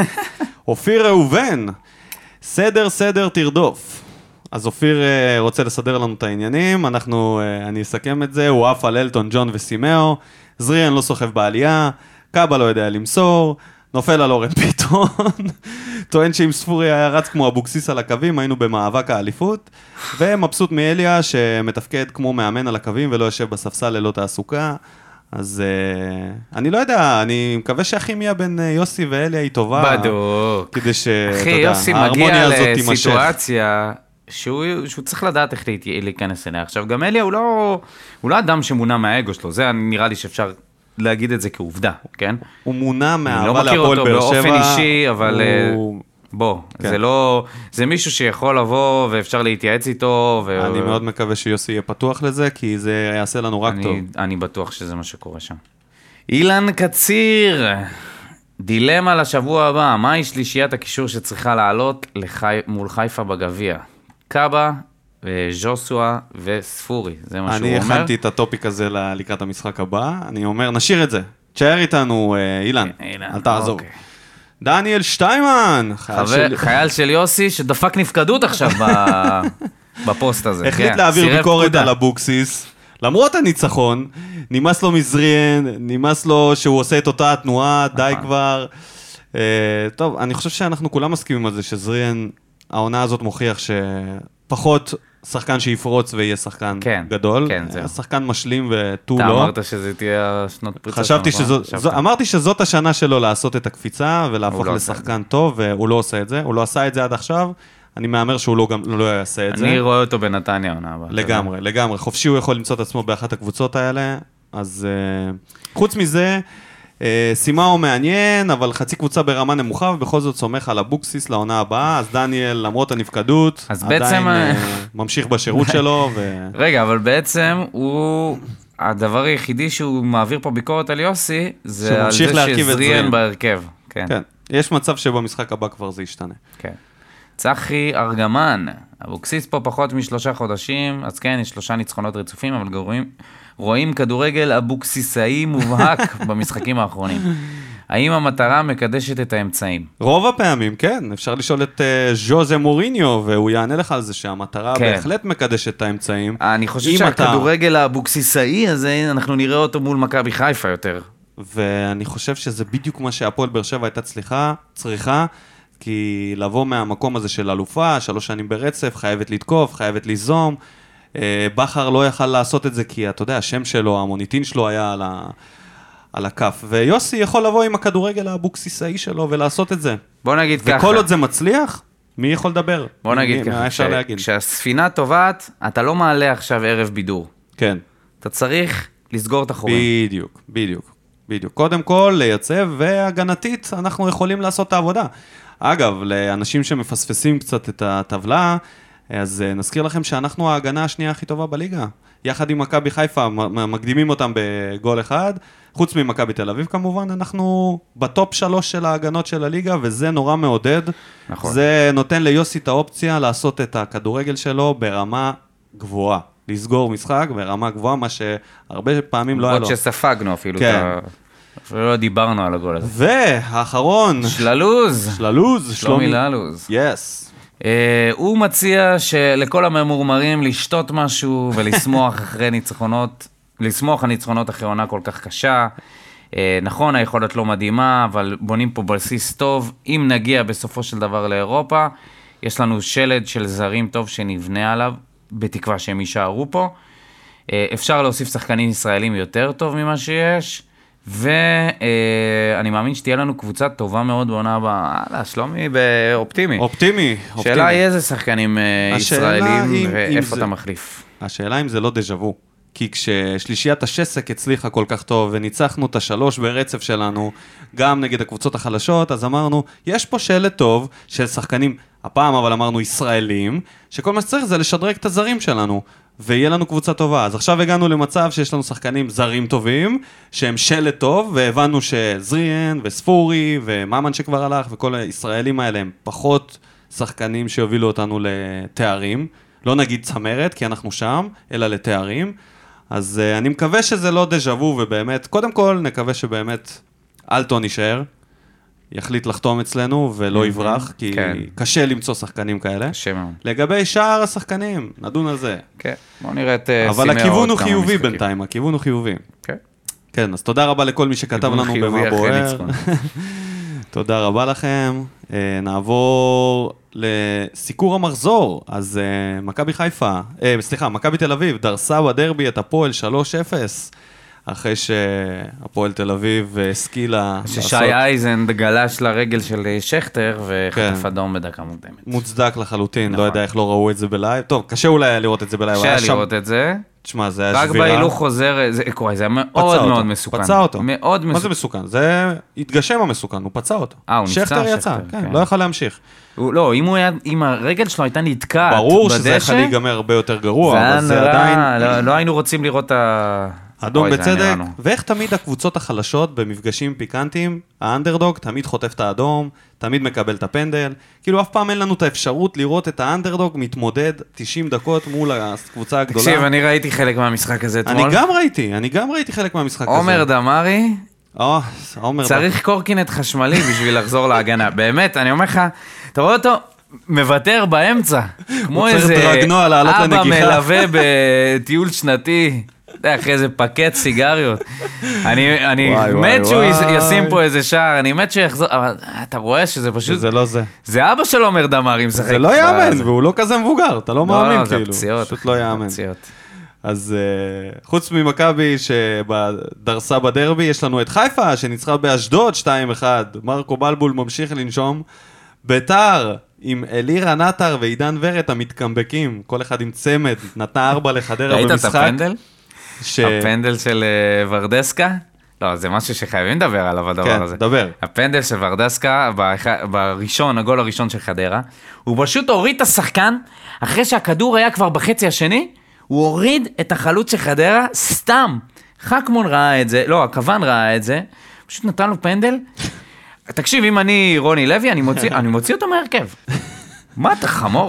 אופיר ראובן, סדר סדר תרדוף. אז אופיר רוצה לסדר לנו את העניינים, אנחנו, אני אסכם את זה, הוא עף על אלטון, ג'ון וסימאו, זריאן לא סוחב בעלייה, קאבה לא יודע למסור, נופל על אורן פיתון, טוען שאם ספורי היה רץ כמו אבוקסיס על הקווים, היינו במאבק האליפות, ומבסוט מאליה שמתפקד כמו מאמן על הקווים ולא יושב בספסל ללא תעסוקה, אז uh, אני לא יודע, אני מקווה שהכימיה בין uh, יוסי ואליה היא טובה. בדיוק. כדי ש... אחי, יוסי מגיע לסיטואציה שהוא, שהוא צריך לדעת איך להיכנס אליה. עכשיו, גם אליה הוא לא, הוא לא אדם שמונע מהאגו שלו, זה נראה לי שאפשר להגיד את זה כעובדה, כן? הוא מונע מהאהבה להפועל באר שבע. אני לא מכיר אותו באופן אישי, אבל... הוא... בוא, כן. זה לא, זה מישהו שיכול לבוא ואפשר להתייעץ איתו. ו... אני מאוד מקווה שיוסי יהיה פתוח לזה, כי זה יעשה לנו רק אני, טוב. אני בטוח שזה מה שקורה שם. אילן קציר, דילמה לשבוע הבא, מהי שלישיית הקישור שצריכה לעלות לחי... מול חיפה בגביע? קאבה, ז'וסואה וספורי, זה מה שהוא אומר. אני הכנתי את הטופיק הזה לקראת המשחק הבא, אני אומר, נשאיר את זה. תשאר איתנו, אילן, אילן אל תעזוב. אוקיי. דניאל שטיימן, חייל, של... חייל של יוסי שדפק נפקדות עכשיו ב... בפוסט הזה. החליט כן, להעביר ביקורת על אבוקסיס, למרות הניצחון, נמאס לו מזריאן, נמאס לו שהוא עושה את אותה התנועה, די כבר. Uh, טוב, אני חושב שאנחנו כולם מסכימים על זה, שזריאן, העונה הזאת מוכיח שפחות שחקן שיפרוץ ויהיה שחקן כן, גדול, כן, זהו. שחקן משלים ותו לא. אתה אמרת שזה תהיה שנות פריצה. חשבתי שזאת, אמרתי שזאת השנה שלו לעשות את הקפיצה ולהפוך לשחקן טוב, והוא לא עושה את זה, הוא לא עשה את זה עד עכשיו, אני מאמר שהוא לא, גם, לא יעשה את זה. אני רואה אותו בנתניה עונה הבאה. לגמרי, לגמרי, חופשי הוא יכול למצוא את עצמו באחת הקבוצות האלה, אז uh, חוץ מזה, uh, סימאו מעניין, אבל חצי קבוצה ברמה נמוכה, ובכל זאת סומך על אבוקסיס לעונה הבאה, אז דניאל, למרות הנפקדות, עדיין בעצם... uh, ממשיך בשירות שלו. ו... רגע, אבל בעצם הוא... הדבר היחידי שהוא מעביר פה ביקורת על יוסי, זה על זה שזריאן בהרכב. כן. כן, יש מצב שבמשחק הבא כבר זה ישתנה. כן. צחי ארגמן, אבוקסיס פה פחות משלושה חודשים, אז כן, יש שלושה ניצחונות רצופים, אבל רואים, רואים כדורגל אבוקסיסאי מובהק במשחקים האחרונים. האם המטרה מקדשת את האמצעים? רוב הפעמים, כן. אפשר לשאול את uh, ז'וזה מוריניו, והוא יענה לך על זה שהמטרה כן. בהחלט מקדשת את האמצעים. אני חושב שהכדורגל אתה... האבוקסיסאי הזה, אנחנו נראה אותו מול מכבי חיפה יותר. ואני חושב שזה בדיוק מה שהפועל באר שבע הייתה צריכה, צריכה, כי לבוא מהמקום הזה של אלופה, שלוש שנים ברצף, חייבת לתקוף, חייבת ליזום. בחר לא יכל לעשות את זה, כי אתה יודע, השם שלו, המוניטין שלו היה על, ה... על הכף. ויוסי יכול לבוא עם הכדורגל האבוקסיסאי שלו ולעשות את זה. בוא נגיד וכל ככה. וכל עוד זה מצליח, מי יכול לדבר? בוא נגיד מי, ככה. אפשר להגיד? כשהספינה טובעת, אתה לא מעלה עכשיו ערב בידור. כן. אתה צריך לסגור את החורים. בדיוק, בדיוק, בדיוק. קודם כל, לייצב, והגנתית, אנחנו יכולים לעשות את העבודה. אגב, לאנשים שמפספסים קצת את הטבלה, אז נזכיר לכם שאנחנו ההגנה השנייה הכי טובה בליגה. יחד עם מכבי חיפה, מקדימים אותם בגול אחד. חוץ ממכבי תל אביב כמובן, אנחנו בטופ שלוש של ההגנות של הליגה, וזה נורא מעודד. נכון. זה נותן ליוסי את האופציה לעשות את הכדורגל שלו ברמה גבוהה. לסגור משחק ברמה גבוהה, מה שהרבה פעמים לא היה לו. עוד שספגנו אפילו. כן. אפילו לא דיברנו על הגול הזה. והאחרון. שללוז. שללוז. שלומי ללוז. יס. הוא מציע שלכל הממורמרים לשתות משהו ולשמוח אחרי ניצחונות, לשמוח הניצחונות אחרי עונה כל כך קשה. נכון, היכולת לא מדהימה, אבל בונים פה בסיס טוב. אם נגיע בסופו של דבר לאירופה, יש לנו שלד של זרים טוב שנבנה עליו, בתקווה שהם יישארו פה. אפשר להוסיף שחקנים ישראלים יותר טוב ממה שיש, ואני מאמין שתהיה לנו קבוצה טובה מאוד בעונה הבאה. הלאה, שלומי באופטימי. אופטימי. שאלה היא איזה שחקנים ישראלים ואיפה אתה מחליף. השאלה אם זה לא דז'אבו. כי כששלישיית השסק הצליחה כל כך טוב, וניצחנו את השלוש ברצף שלנו, גם נגד הקבוצות החלשות, אז אמרנו, יש פה שלד טוב של שחקנים, הפעם אבל אמרנו ישראלים, שכל מה שצריך זה לשדרג את הזרים שלנו. ויהיה לנו קבוצה טובה. אז עכשיו הגענו למצב שיש לנו שחקנים זרים טובים, שהם שלט טוב, והבנו שזריאן וספורי ומאמן שכבר הלך, וכל הישראלים האלה הם פחות שחקנים שיובילו אותנו לתארים. לא נגיד צמרת, כי אנחנו שם, אלא לתארים. אז uh, אני מקווה שזה לא דז'אבו, ובאמת, קודם כל נקווה שבאמת אלטון יישאר, יחליט לחתום אצלנו ולא יברח, כי כן. קשה למצוא שחקנים כאלה. קשה מאוד. לגבי שאר השחקנים, נדון על זה. כן, בואו נראה את אבל הכיוון הוא חיובי בינתיים, הכיוון הוא חיובי. כן. כן, אז תודה רבה לכל מי שכתב לנו במה בוער. תודה רבה לכם. נעבור לסיקור המחזור. אז מכבי חיפה, סליחה, מכבי תל אביב, דרסה בדרבי את הפועל שלוש אפס. אחרי שהפועל תל אביב השכילה... ששי אייזן גלש לרגל של שכטר וחטף אדום בדקה מוקדמת. מוצדק לחלוטין, לא יודע איך לא ראו את זה בלייב. טוב, קשה אולי לראות את זה בלייב. קשה לראות את זה. תשמע, זה היה שבירה. רק בהילוך חוזר, זה היה מאוד מאוד מסוכן. פצע אותו. מאוד מסוכן. מה זה מסוכן? זה התגשם המסוכן, הוא פצע אותו. אה, הוא נפצע? שכטר יצא, כן, לא יכול להמשיך. לא, אם הרגל שלו הייתה נתקעת בדשא... ברור שזה יכול להיגמר הרבה יותר גרוע, אבל זה עדיין... לא היינו רוצים לראות את ה... אדום בצדק, ואיך תמיד הקבוצות החלשות במפגשים פיקנטיים, האנדרדוג תמיד חוטף את האדום, תמיד מקבל את הפנדל, כאילו אף פעם אין לנו את האפשרות לראות את האנדרדוג מתמודד תשעים דקות מול הקבוצה הגדולה. תקשיב, אני ראיתי חלק מהמשחק הזה אתמול. אני גם ראיתי, אני גם ראיתי חלק מהמשחק הזה. עומר דמרי, צריך קורקינט חשמלי בשביל לחזור להגנה, באמת, אני אומר לך, אתה רואה אותו... מוותר באמצע, כמו איזה אבא מלווה בטיול שנתי, אחרי איזה פקט סיגריות. אני מת שהוא ישים פה איזה שער, אני מת שהוא יחזור, אבל אתה רואה שזה פשוט... זה לא זה. זה אבא של עומר דמרי משחק. זה לא יאמן, והוא לא כזה מבוגר, אתה לא מאמין כאילו. פציעות. פשוט לא יאמן. אז חוץ ממכבי שדרסה בדרבי, יש לנו את חיפה שניצחה באשדוד שתיים אחד, מרקו בלבול ממשיך לנשום, ביתר עם אלירה נטר ועידן ורת המתקמבקים, כל אחד עם צמד, נתנה ארבע לחדרה במשחק. ראית את הפנדל? ש... הפנדל של uh, ורדסקה? לא, זה משהו שחייבים לדבר עליו הדבר כן, הזה. כן, דבר. הפנדל של ורדסקה, באח... בראשון, הגול הראשון של חדרה, הוא פשוט הוריד את השחקן, אחרי שהכדור היה כבר בחצי השני, הוא הוריד את החלוץ של חדרה, סתם. חכמון ראה את זה, לא, הכוון ראה את זה, פשוט נתן לו פנדל, תקשיב, אם אני רוני לוי, אני מוציא, אני מוציא אותו מהרכב. מה אתה חמור?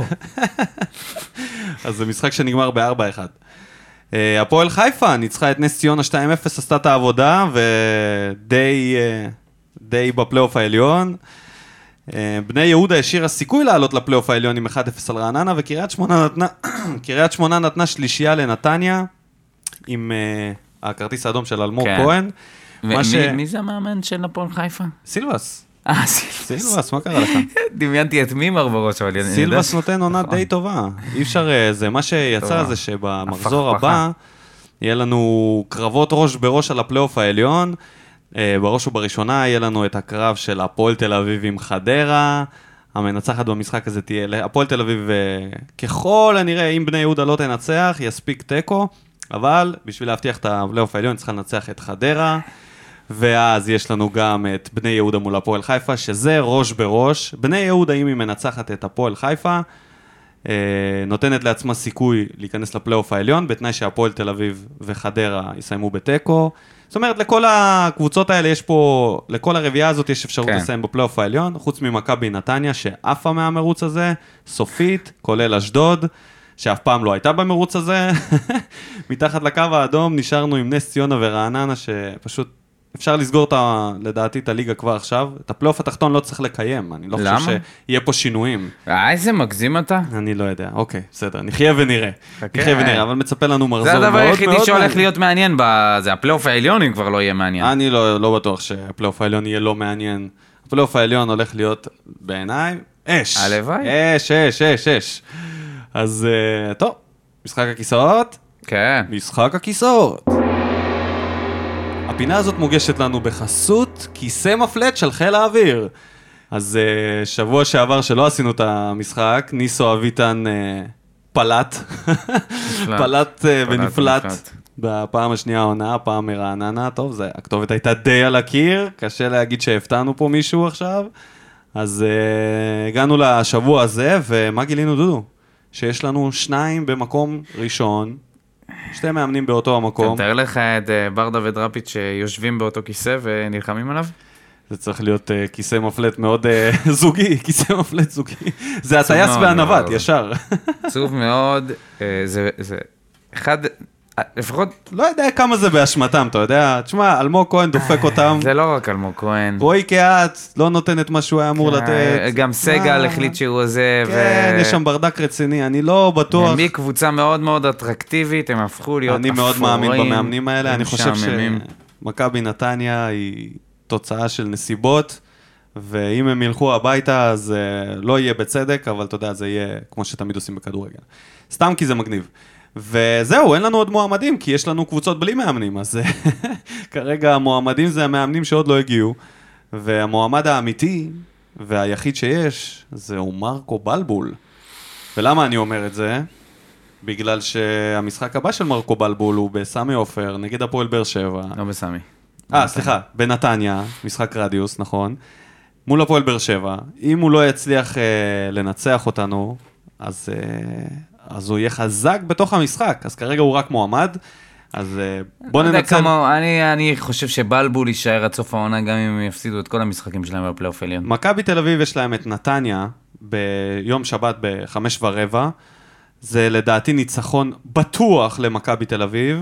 אז זה משחק שנגמר ב-ארבע אחד. הפועל חיפה ניצחה את נס ציונה שתיים אפס, עשתה את העבודה, ודי די בפלייאוף העליון. בני יהודה השאירה סיכוי לעלות לפלייאוף העליון עם אחד אפס על רעננה, וקריית שמונה נתנה, קריית שמונה נתנה שלישייה לנתניה, עם הכרטיס האדום של אלמוג כהן. מי זה המאמן של הפועל חיפה? סילבס. אה, סילבס. סילבס, מה קרה לך? דמיינתי את מימר בראש, אבל... סילבס נותן עונה די טובה. אי אפשר, זה מה שיצא זה שבמחזור הבא, יהיה לנו קרבות ראש בראש על הפלייאוף העליון, בראש ובראשונה יהיה לנו את הקרב של הפועל תל אביב עם חדרה, המנצחת במשחק הזה תהיה, הפועל תל אביב ככל הנראה, אם בני יהודה לא תנצח, יספיק טקו, אבל בשביל להבטיח את הפלייאוף העליון צריכה לנצח את חדרה, ואז יש לנו גם את בני יהודה מול הפועל חיפה, שזה ראש בראש. בני יהודה, אם היא מנצחת את הפועל חיפה, נותנת לעצמה סיכוי להיכנס לפלייאוף העליון, בתנאי שהפועל תל אביב וחדרה יסיימו בטקו. זאת אומרת, לכל הקבוצות האלה יש פה, לכל הרביעה הזאת יש אפשרות כן. לסיים בפלייאוף העליון, חוץ ממכבי נתניה, שעפה מהמרוץ הזה, סופית, כולל אשדוד, שאף פעם לא הייתה במרוץ הזה. מתחת לקו האדום נשארנו עם נס ציונה ורעננה, שפשוט אפשר לסגור את ה, לדעתי את הליגה כבר עכשיו. את הפלייאוף התחתון לא צריך לקיים, אני לא למה? חושב שיהיה פה שינויים. אה, איזה מגזים אתה? אני לא יודע, אוקיי, בסדר, נחיה ונראה. נחיה ונראה, אבל מצפה לנו מחזור מאוד מאוד... זה הדבר היחידי שהולך להיות מעניין, זה הפלייאוף העליון אם כבר לא יהיה מעניין. אני לא, לא בטוח שהפלייאוף העליון יהיה לא מעניין. הפלייאוף העליון הולך להיות בעיניי אש. הלוואי. אש, אש, אש, אש. אז טוב, משחק הכיסאות. כן. משחק הכיסאות. הפינה הזאת מוגשת לנו בחסות כיסא מפלט של חיל האוויר. אז uh, שבוע שעבר שלא עשינו את המשחק, ניסו אביטן uh, פלט, פלט uh, ונפלט בפעם השנייה העונה, הפעם מרעננה, טוב, זה, הכתובת הייתה די על הקיר, קשה להגיד שהפתענו פה מישהו עכשיו, אז uh, הגענו לשבוע הזה, ומה גילינו דודו? שיש לנו שניים במקום ראשון, שתי מאמנים באותו המקום. תאר לך את ברדה ודראפיץ' שיושבים באותו כיסא ונלחמים עליו? זה צריך להיות uh, כיסא מפלט מאוד uh, זוגי, כיסא מפלט זוגי. זה הטייס והנווט, ישר. עצוב מאוד, uh, זה, זה אחד, לפחות... לא יודע כמה זה באשמתם, אתה יודע? תשמע, אלמוג כהן דופק אותם. זה לא רק אלמוג כהן. רועי קהת לא נותן את מה שהוא היה אמור לתת. גם סגל החליט שהוא עושה. כן, יש שם ברדק רציני, אני לא בטוח. הם מקבוצה מאוד מאוד אטרקטיבית, הם הפכו להיות אפורים. אני מאוד מאמין במאמנים האלה, אני חושב שמכבי נתניה היא תוצאה של נסיבות, ואם הם ילכו הביתה, אז לא יהיה בצדק, אבל אתה יודע, זה יהיה כמו שתמיד עושים בכדורגל. סתם כי זה מגניב. וזהו, אין לנו עוד מועמדים, כי יש לנו קבוצות בלי מאמנים, אז כרגע המועמדים זה המאמנים שעוד לא הגיעו, והמועמד האמיתי והיחיד שיש, זהו מרקו בלבול. ולמה אני אומר את זה? בגלל שהמשחק הבא של מרקו בלבול הוא בסמי עופר, נגד הפועל באר שבע. לא בסמי. אה, סליחה, בנתניה, משחק רדיוס, נכון. מול הפועל באר שבע. אם הוא לא יצליח אה, לנצח אותנו, אז... אה, אז הוא יהיה חזק בתוך המשחק, אז כרגע הוא רק מועמד, אז בוא ננצל... כמה, אני, אני חושב שבלבול יישאר עד סוף העונה, גם אם הם יפסידו את כל המשחקים שלהם בפלייאוף עליון. מכבי תל אביב יש להם את נתניה, ביום שבת בחמש ורבע, זה לדעתי ניצחון בטוח למכבי תל אביב,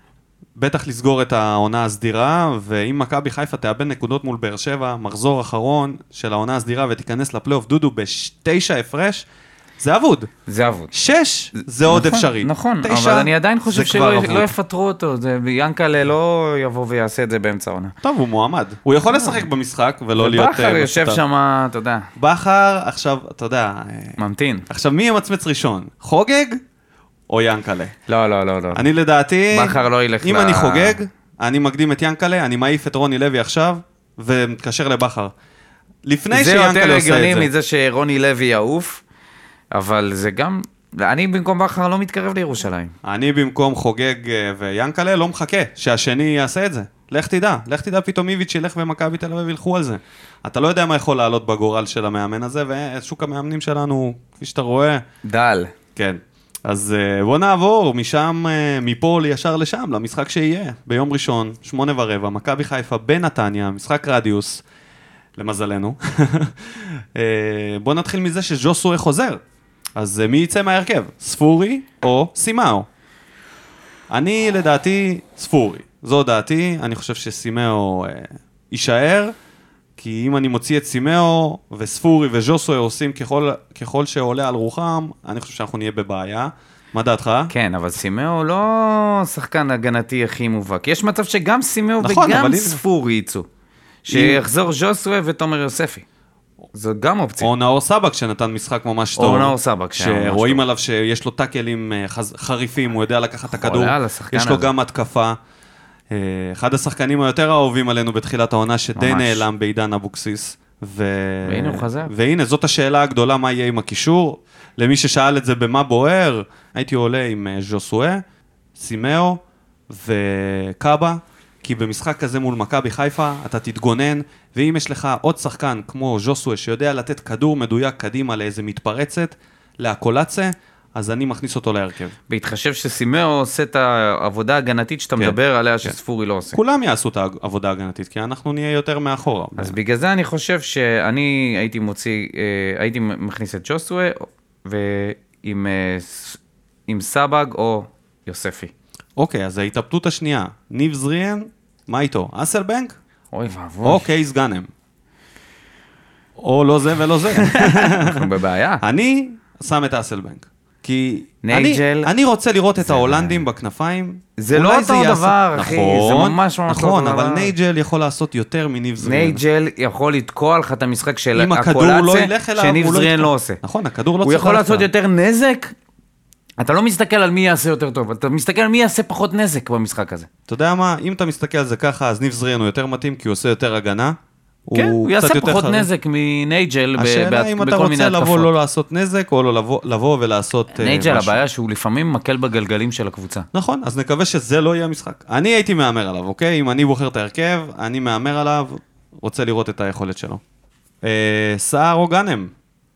בטח לסגור את העונה הסדירה, ואם מכבי חיפה תאבד נקודות מול באר שבע, מחזור אחרון של העונה הסדירה, ותיכנס לפלייאוף דודו בתשע הפרש, זה אבוד. זה אבוד. שש, זה עוד אפשרי. נכון, אבל אני עדיין חושב שלא יפטרו אותו. ינקלה לא יבוא ויעשה את זה באמצע העונה. טוב, הוא מועמד. הוא יכול לשחק במשחק ולא להיות... בכר יושב שם, אתה יודע. בכר, עכשיו, אתה יודע... ממתין. עכשיו, מי ימצמץ ראשון? חוגג או ינקלה? לא, לא, לא. אני לדעתי... בכר לא ילך ל... אם אני חוגג, אני מקדים את ינקלה, אני מעיף את רוני לוי עכשיו, ומתקשר לבכר. לפני שיינקלה עושה את זה. זה יותר הגיוני מזה שרוני לוי יעוף. אבל זה גם, אני במקום בכר לא מתקרב לירושלים. אני במקום חוגג וינקלה לא מחכה שהשני יעשה את זה. לך תדע, לך תדע פתאום איביץ' ילך ומכבי תל אביב ילכו על זה. אתה לא יודע מה יכול לעלות בגורל של המאמן הזה, ושוק המאמנים שלנו, כפי שאתה רואה. דל. כן. אז בוא נעבור משם, מפה ישר לשם, למשחק שיהיה, ביום ראשון, שמונה ורבע, מכבי חיפה בנתניה, משחק רדיוס, למזלנו. בוא נתחיל מזה שג'וסוי חוזר. אז מי יצא מהרכב? ספורי או סימאו? אני לדעתי ספורי. זו דעתי, אני חושב שסימאו אה, יישאר, כי אם אני מוציא את סימאו וספורי וג'וסוי עושים ככל, ככל שעולה על רוחם, אני חושב שאנחנו נהיה בבעיה. מה דעתך? כן, אבל סימאו לא שחקן הגנתי הכי מובהק. יש מצב שגם סימאו נכון, וגם אבל ספורי יצאו. שיחזור ג'וסוי ותומר יוספי. זו גם אופציה. או נאור סבק שנתן משחק ממש טוב. או נאור סבק. שרואים עליו שיש לו טאקלים חריפים, הוא יודע לקחת את הכדור. יש לו גם התקפה. אחד השחקנים היותר אהובים עלינו בתחילת העונה, שדי נעלם בעידן אבוקסיס. והנה הוא חזר. והנה, זאת השאלה הגדולה, מה יהיה עם הקישור. למי ששאל את זה במה בוער, הייתי עולה עם ז'וסואה, סימאו וקאבה. כי במשחק כזה מול מכבי חיפה, אתה תתגונן, ואם יש לך עוד שחקן כמו ז'וסואה, שיודע לתת כדור מדויק קדימה לאיזה מתפרצת, להקולציה, אז אני מכניס אותו להרכב. בהתחשב שסימאו עושה את העבודה ההגנתית שאתה כן, מדבר עליה, כן. שספורי לא עושה. כולם יעשו את העבודה ההגנתית, כי אנחנו נהיה יותר מאחורה. אז בגלל זה אני חושב שאני הייתי מוציא, הייתי מכניס את ז'וסואה, ועם עם סבג או יוספי. אוקיי, אז ההתאבטות השנייה, ניב זריאן, מה איתו? אסלבנק? אוי ואבוי. או קייס גאנם. או לא זה ולא זה. אנחנו בבעיה. אני שם את אסלבנק. כי נייג'ל, אני, אני רוצה לראות את ההולנדים בכנפיים. זה לא אותו יעשה... דבר, אחי. נכון, זה ממש ממש נכון, אותו אבל דבר. נייג'ל יכול לעשות יותר מניב זריאן. נייג'ל יכול לתקוע לך את המשחק של אם הכדור לא ילך הקולציה, אליו, שניב הוא לא זריאן יתקע. לא עושה. נכון, הכדור לא הוא צריך יכול לעשות ללכת. יותר נזק, אתה לא מסתכל על מי יעשה יותר טוב, אתה מסתכל על מי יעשה פחות נזק במשחק הזה. אתה יודע מה, אם אתה מסתכל על זה ככה, אז ניב זריאן הוא יותר מתאים, כי הוא עושה יותר הגנה. כן, הוא יעשה פחות נזק מנייג'ל בכל מיני התקפות. השאלה אם אתה רוצה לבוא לא לעשות נזק, או לא לבוא ולעשות משהו. נייג'ל, הבעיה שהוא לפעמים מקל בגלגלים של הקבוצה. נכון, אז נקווה שזה לא יהיה המשחק. אני הייתי מאמר עליו, אוקיי? אם אני בוחר את ההרכב, אני מאמר עליו, רוצה לראות את היכולת שלו. סער או גאנם?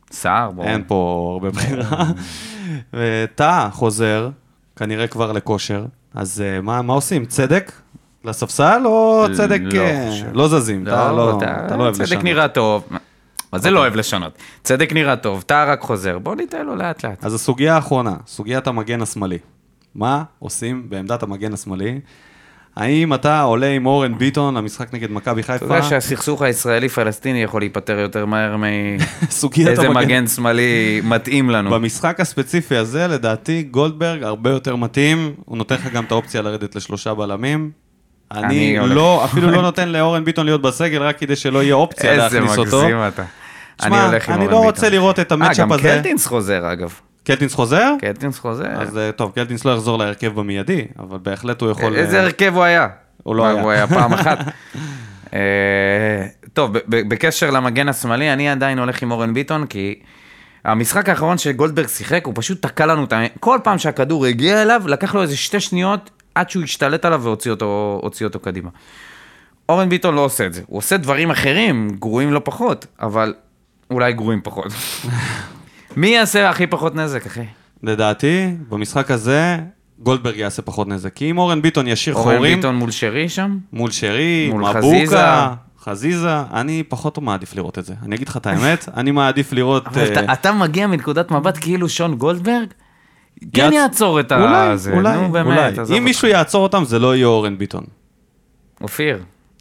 סער, בואו. אין פה הרבה בחירה. ותא חוזר, כנראה כבר לכושר, אז uh, מה, מה עושים? צדק? לספסל או צדק לא, uh, לא זזים? לא, אתה לא, אתה, אתה לא אוהב צדק לשנות. נראה טוב. מה זה לא אוהב לשנות? צדק נראה טוב, תא רק חוזר, בוא ניתן לו לאט לאט. אז הסוגיה האחרונה, סוגיית המגן השמאלי. מה עושים בעמדת המגן השמאלי? האם אתה עולה עם אורן ביטון למשחק נגד מכבי חיפה? אתה יודע שהסכסוך הישראלי-פלסטיני יכול להיפטר יותר מהר סוגיית מאיזה המגן. מגן שמאלי מתאים לנו. במשחק הספציפי הזה, לדעתי, גולדברג הרבה יותר מתאים, הוא נותן לך גם את האופציה לרדת לשלושה בלמים. אני אני הולך. לא, אפילו לא נותן לאורן ביטון להיות בסגל, רק כדי שלא יהיה אופציה להכניס אותו. איזה מגזים אתה. אני שמע, הולך עם אני אורן לא ביטון. רוצה לראות את המצ'אפ אה, הזה. גם קלטינס חוזר אגב. קלטינס חוזר? קלטינס חוזר. אז אה, טוב, קלטינס לא יחזור להרכב במיידי, אבל בהחלט הוא יכול... איזה אה, הרכב הוא היה? הוא לא מה, היה. הוא היה פעם אחת. אה, טוב, ב- ב- בקשר למגן השמאלי, אני עדיין הולך עם אורן ביטון, כי המשחק האחרון שגולדברג שיחק, הוא פשוט תקע לנו את ה... כל פעם שהכדור הגיע אליו, לקח לו איזה שתי שניות, עד שהוא השתלט עליו והוציא אותו, הוציא אותו קדימה. אורן ביטון לא עושה את זה. הוא עושה דברים אחרים, גרועים לא פחות, אבל אולי גרועים פחות. מי יעשה הכי פחות נזק, אחי? לדעתי, במשחק הזה, גולדברג יעשה פחות נזק. כי אם אורן ביטון ישיר אורן חורים, ביטון מול שרי שם? מול שרי, מול מבוקה, חזיזה. חזיזה, אני פחות מעדיף לראות את זה. אני אגיד לך את האמת, אני מעדיף לראות... אבל אה, אתה, אתה מגיע מנקודת מבט כאילו שון גולדברג, כן יעצ- יעצור את אולי, הזה. אולי, נו באמת, אולי. עזוב אם אותך. מישהו יעצור אותם, זה לא יהיה אורן ביטון. אופיר.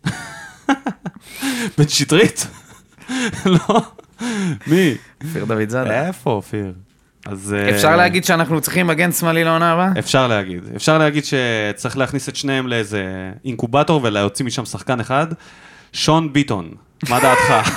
בן שטרית? לא. מי? אופיר דוד זאדה. איפה אופיר? אז... אה, אפשר להגיד שאנחנו צריכים מגן שמאלי לעונה הבאה? אפשר להגיד. אפשר להגיד שצריך להכניס את שניהם לאיזה אינקובטור ולהוציא משם שחקן אחד. שון ביטון, מה דעתך?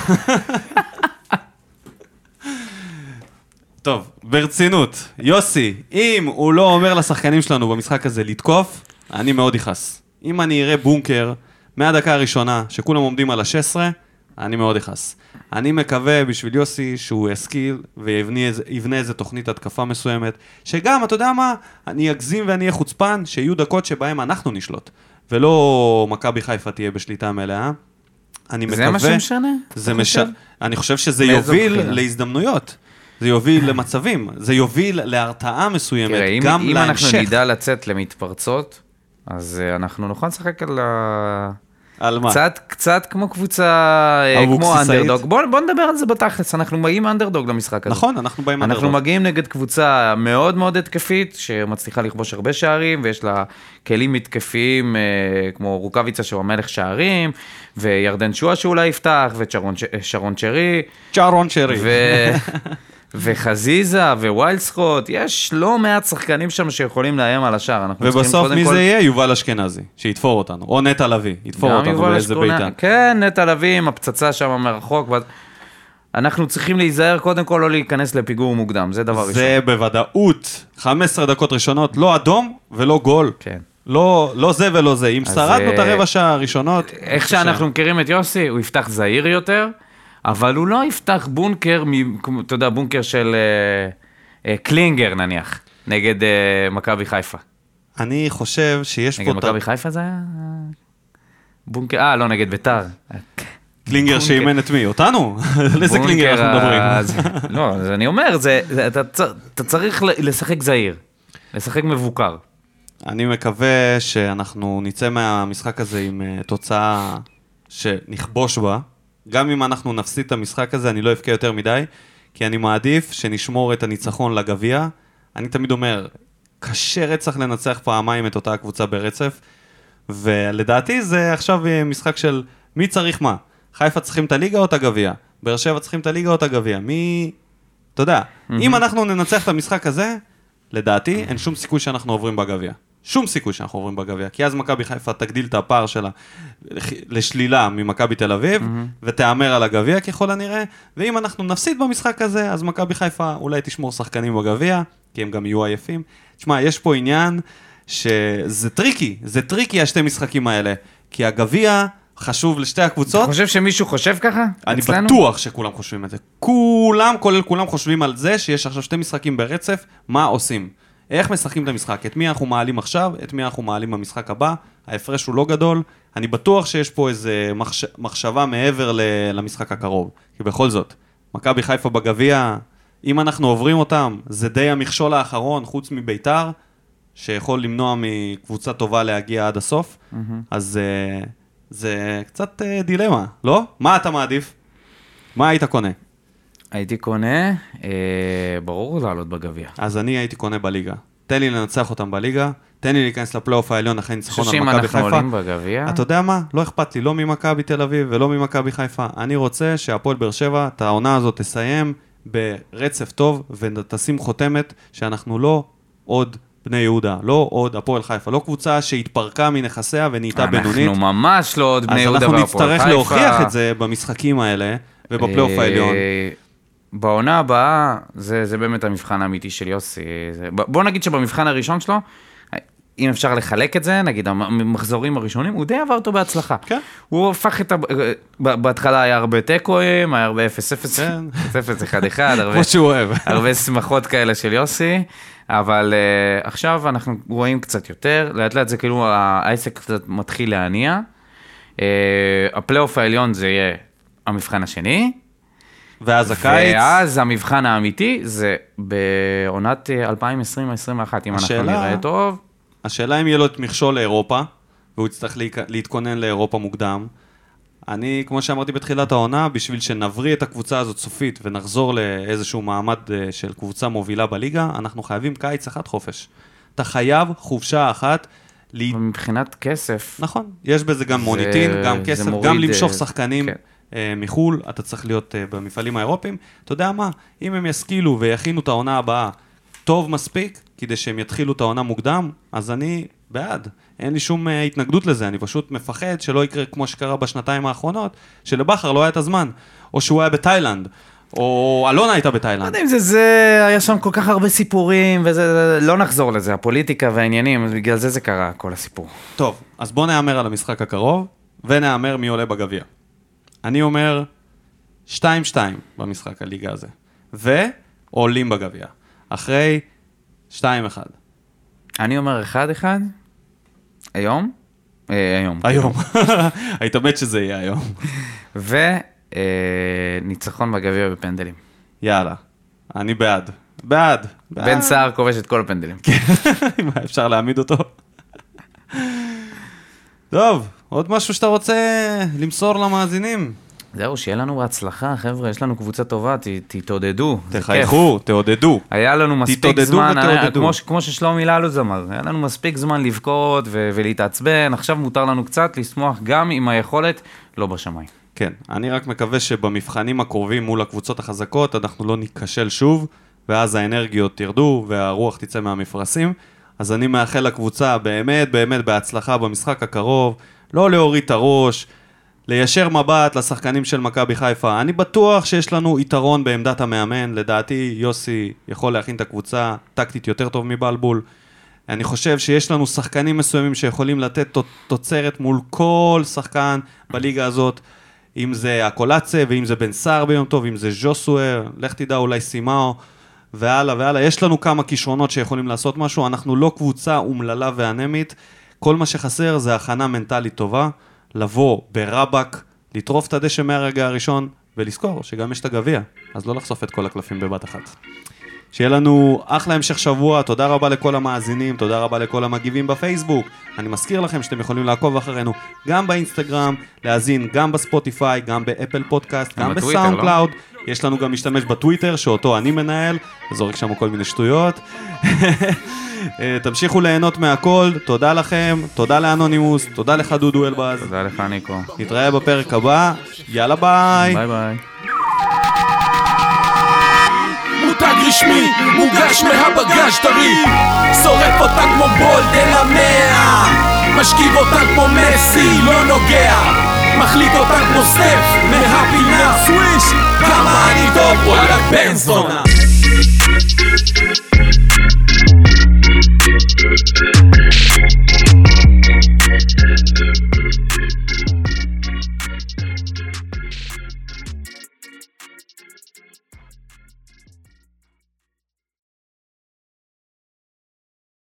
טוב, ברצינות, יוסי, אם הוא לא אומר לשחקנים שלנו במשחק הזה לתקוף, אני מאוד יכעס. אם אני אראה בונקר מהדקה הראשונה שכולם עומדים על ה-שש עשרה, אני מאוד יכעס. אני מקווה בשביל יוסי שהוא ישכיל ויבנה איזה, יבנה איזה תוכנית התקפה מסוימת, שגם, אתה יודע מה, אני אגזים ואני אהיה חוצפן, שיהיו דקות שבהם אנחנו נשלוט, ולא מכבי חיפה תהיה בשליטה מלאה. אני מקווה... זה מה שמשנה? זה מש... אני חושב שזה מאיזו יוביל בחינה? להזדמנויות. זה יוביל למצבים, זה יוביל להרתעה מסוימת, תראה, אם, גם אם אנחנו להמשך. נדע לצאת למתפרצות, אז uh, אנחנו נוכל לשחק על ה... על מה? קצת, קצת כמו קבוצה, אה, כמו אבוקסיסאית. אנדרדוג. בוא, בוא נדבר על זה בתכלס, אנחנו מגיעים אנדרדוג למשחק הזה. נכון, אנחנו באים אנחנו אנדרדוג. מגיעים נגד קבוצה מאוד מאוד התקפית, שמצליחה לכבוש הרבה שערים, ויש לה כלים מתקפיים, אה, כמו רוקביצה שהוא המלך שערים, וירדן שואה שאולי יפתח, ושרון צ'רי, צ'ארון שרי. ו... וחזיזה וויילסקוט, יש לא מעט שחקנים שם שיכולים לאיים על השער. אנחנו צריכים ובסוף קודם מי כל- זה יהיה? יובל אשכנזי, שיתפור אותנו. או נטע לביא, יתפור גם אותנו יובל באיזה אשכונה- ביתה. כן, נטע לביא עם הפצצה שם מרחוק. ואז- אנחנו צריכים להיזהר קודם כל לא להיכנס לפיגור מוקדם, זה דבר ראשון. זה בוודאות, חמש עשרה דקות ראשונות, לא אדום ולא גול. כן. לא, לא זה ולא זה. אם אז, שרדנו את אה, הרבע שעה הראשונות... איך שאנחנו מכירים את יוסי, הוא יפתח זהיר יותר, אבל הוא לא יפתח בונקר, מ- כמו, אתה יודע, בונקר של אה, אה, קלינגר נניח, נגד אה, מכבי חיפה. אני חושב שיש נגד פה... מכבי חיפה זה היה? בונקר, אה, לא, נגד ביתר. קלינגר בונקר. שאימן את מי? אותנו? על איזה בונקר, קלינגר אנחנו מדברים? אה, זה- לא, אז אני אומר, זה- זה- אתה צ- אתה צריך ל- לשחק זהיר, לשחק מבוקר. אני מקווה שאנחנו נצא מהמשחק הזה עם uh, תוצאה שנכבוש בה. גם אם אנחנו נפסיד את המשחק הזה, אני לא אבכה יותר מדי, כי אני מעדיף שנשמור את הניצחון לגביע. אני תמיד אומר, קשה רצח לנצח פעמיים את אותה הקבוצה ברצף, ולדעתי זה עכשיו אה, משחק של מי צריך מה. חיפה צריכים את הליגה או את הגביע? באר שבע צריכים את הליגה או את הגביע? מי... אתה יודע, אם אנחנו ננצח את המשחק הזה, לדעתי אין שום סיכוי שאנחנו עוברים בגביע. שום סיכוי שאנחנו עוברים בגביע, כי אז מכבי חיפה תגדיל את הפער שלה לשלילה ממכבי תל אביב, ותאמר על הגביע ככל הנראה, ואם אנחנו נפסיד במשחק הזה, אז מכבי חיפה אולי תשמור שחקנים בגביע, כי הם גם יהיו עייפים. תשמע, יש פה עניין שזה טריקי, זה טריקי השתי משחקים האלה, כי הגביע חשוב לשתי הקבוצות. אתה חושב שמישהו חושב ככה? אני אצלנו? בטוח שכולם חושבים את זה. כולם, כולל כולם חושבים על זה שיש עכשיו שתי משחקים ברצף, מה עושים? איך משחקים את המשחק? את מי אנחנו מעלים עכשיו? את מי אנחנו מעלים במשחק הבא? ההפרש הוא לא גדול. אני בטוח שיש פה איזו מחש... מחשבה מעבר ל... למשחק הקרוב. כי בכל זאת, מכבי חיפה בגביע, אם אנחנו עוברים אותם, זה די המכשול האחרון, חוץ מביתר, שיכול למנוע מקבוצה טובה להגיע עד הסוף, mm-hmm. אז uh, זה קצת uh, דילמה, לא? מה אתה מעדיף? מה היית קונה? הייתי קונה, אה, ברור לעלות בגביע. אז אני הייתי קונה בליגה. תן לי לנצח אותם בליגה, תן לי להיכנס לפלייאוף העליון אחרי ניצחון על מכבי חיפה. שאם אנחנו עולים בגביע... אתה יודע מה? לא אכפת לי, לא ממכבי תל אביב ולא ממכבי חיפה. אני רוצה שהפועל באר שבע, את העונה הזאת תסיים ברצף טוב, ותשים חותמת שאנחנו לא עוד בני יהודה, לא עוד הפועל חיפה, לא קבוצה שהתפרקה מנכסיה ונהייתה בינונית. אנחנו ממש לא עוד בני יהודה והפועל חיפה. אז אנחנו נצטרך להוכיח את זה במשחקים האלה, ובפלייאוף העליון. בעונה הבאה, זה, זה באמת המבחן האמיתי של יוסי. זה, בוא נגיד שבמבחן הראשון שלו, אם אפשר לחלק את זה, נגיד המחזורים הראשונים, הוא די עבר אותו בהצלחה. כן. הוא הפך את ה... בהתחלה היה הרבה טקויים, היה הרבה אפס אפס, כן. אפס אחד אחד, הרבה, כמו שהוא אוהב. הרבה שמחות כאלה של יוסי, אבל uh, עכשיו אנחנו רואים קצת יותר, לאט לאט זה כאילו העסק קצת מתחיל להניע. Uh, הפלייאוף העליון זה יהיה המבחן השני, ואז הקיץ. ואז המבחן האמיתי זה בעונת אלפיים עשרים עשרים ואחת, אם אנחנו נראה טוב. השאלה אם יהיה לו את מכשול לאירופה, והוא יצטרך להתכונן לאירופה מוקדם. אני, כמו שאמרתי בתחילת העונה, בשביל שנבריא את הקבוצה הזאת סופית, ונחזור לאיזשהו מעמד של קבוצה מובילה בליגה, אנחנו חייבים קיץ אחד חופש. אתה חייב חופשה אחת. מבחינת כסף. נכון, יש בזה גם מוניטין, גם כסף, גם למשוך שחקנים. מחול, אתה צריך להיות במפעלים האירופיים. אתה יודע מה? אם הם ישכילו ויכינו את העונה הבאה טוב מספיק, כדי שהם יתחילו את העונה מוקדם, אז אני בעד. אין לי שום התנגדות לזה, אני פשוט מפחד שלא יקרה כמו שקרה בשנתיים האחרונות, שלבחר לא היה את הזמן, או שהוא היה בתאילנד, או אלונה הייתה בתאילנד. לא יודע אם זה זה, היה שם כל כך הרבה סיפורים, וזה, לא נחזור לזה, הפוליטיקה והעניינים, בגלל זה זה קרה, כל הסיפור. טוב, אז בוא נאמר על המשחק הקרוב, ונאמר מי עולה בגביע. אני אומר שתיים שתיים במשחק הליגה הזה, ועולים בגביע, אחרי שתיים אחד. אני אומר אחד אחד, היום? אה, היום. היום. היית מת שזה יהיה היום. וניצחון בגביע בפנדלים. יאללה, אני בעד. בעד. בן סער כובש את כל הפנדלים. מה, אפשר להעמיד אותו? טוב, עוד משהו שאתה רוצה למסור למאזינים? זהו, שיהיה לנו בהצלחה, חבר'ה, יש לנו קבוצה טובה, תתעודדו. תחייכו, תעודדו. היה לנו מספיק זמן, כמו ששלומי ללוז אמר, היה לנו מספיק זמן לבכות ולהתעצבן, עכשיו מותר לנו קצת לשמוח גם עם היכולת, לא בשמיים. כן, אני רק מקווה שבמבחנים הקרובים מול הקבוצות החזקות, אנחנו לא ניכשל שוב, ואז האנרגיות תרדו והרוח תצא מהמפרשים. אז אני מאחל לקבוצה באמת, באמת בהצלחה במשחק הקרוב, לא להוריד את הראש, ליישר מבט לשחקנים של מכבי חיפה. אני בטוח שיש לנו יתרון בעמדת המאמן, לדעתי יוסי יכול להכין את הקבוצה טקטית יותר טוב מבלבול. אני חושב שיש לנו שחקנים מסוימים שיכולים לתת תוצרת מול כל שחקן בליגה הזאת, אם זה הקולציה ואם זה בן סער ביום טוב, אם זה ז'וסואר, לך תדע אולי סימאו, והלאה והלאה. יש לנו כמה כישרונות שיכולים לעשות משהו, אנחנו לא קבוצה אומללה ואנמית, כל מה שחסר זה הכנה מנטלית טובה, לבוא ברבק, לטרוף את הדשא מהרגע הראשון, ולזכור שגם יש את הגביע, אז לא לחשוף את כל הקלפים בבת אחת. שיהיה לנו אחלה המשך שבוע, תודה רבה לכל המאזינים, תודה רבה לכל המגיבים בפייסבוק. אני מזכיר לכם שאתם יכולים לעקוב אחרינו גם באינסטגרם, להזין גם בספוטיפיי, גם באפל פודקאסט, גם בסאונד קלאוד. יש לנו גם משתמש בטוויטר, שאותו אני מנהל, זורק שם כל מיני שטויות. תמשיכו ליהנות מהכל, תודה לכם, תודה לאנונימוס, תודה לך דודו אלבז. תודה לך ניקו. נתראה בפרק הבא, יאללה ביי. ביי ביי. מותג רשמי, מוגש מהבגז' טרי, שורף אותה כמו בולדן המאה, משכיב אותה כמו מסי, לא נוגע, מחליט אותה כמו סטף, מהפינה סוויש, כמה אני טוב, וואלה בן זונה.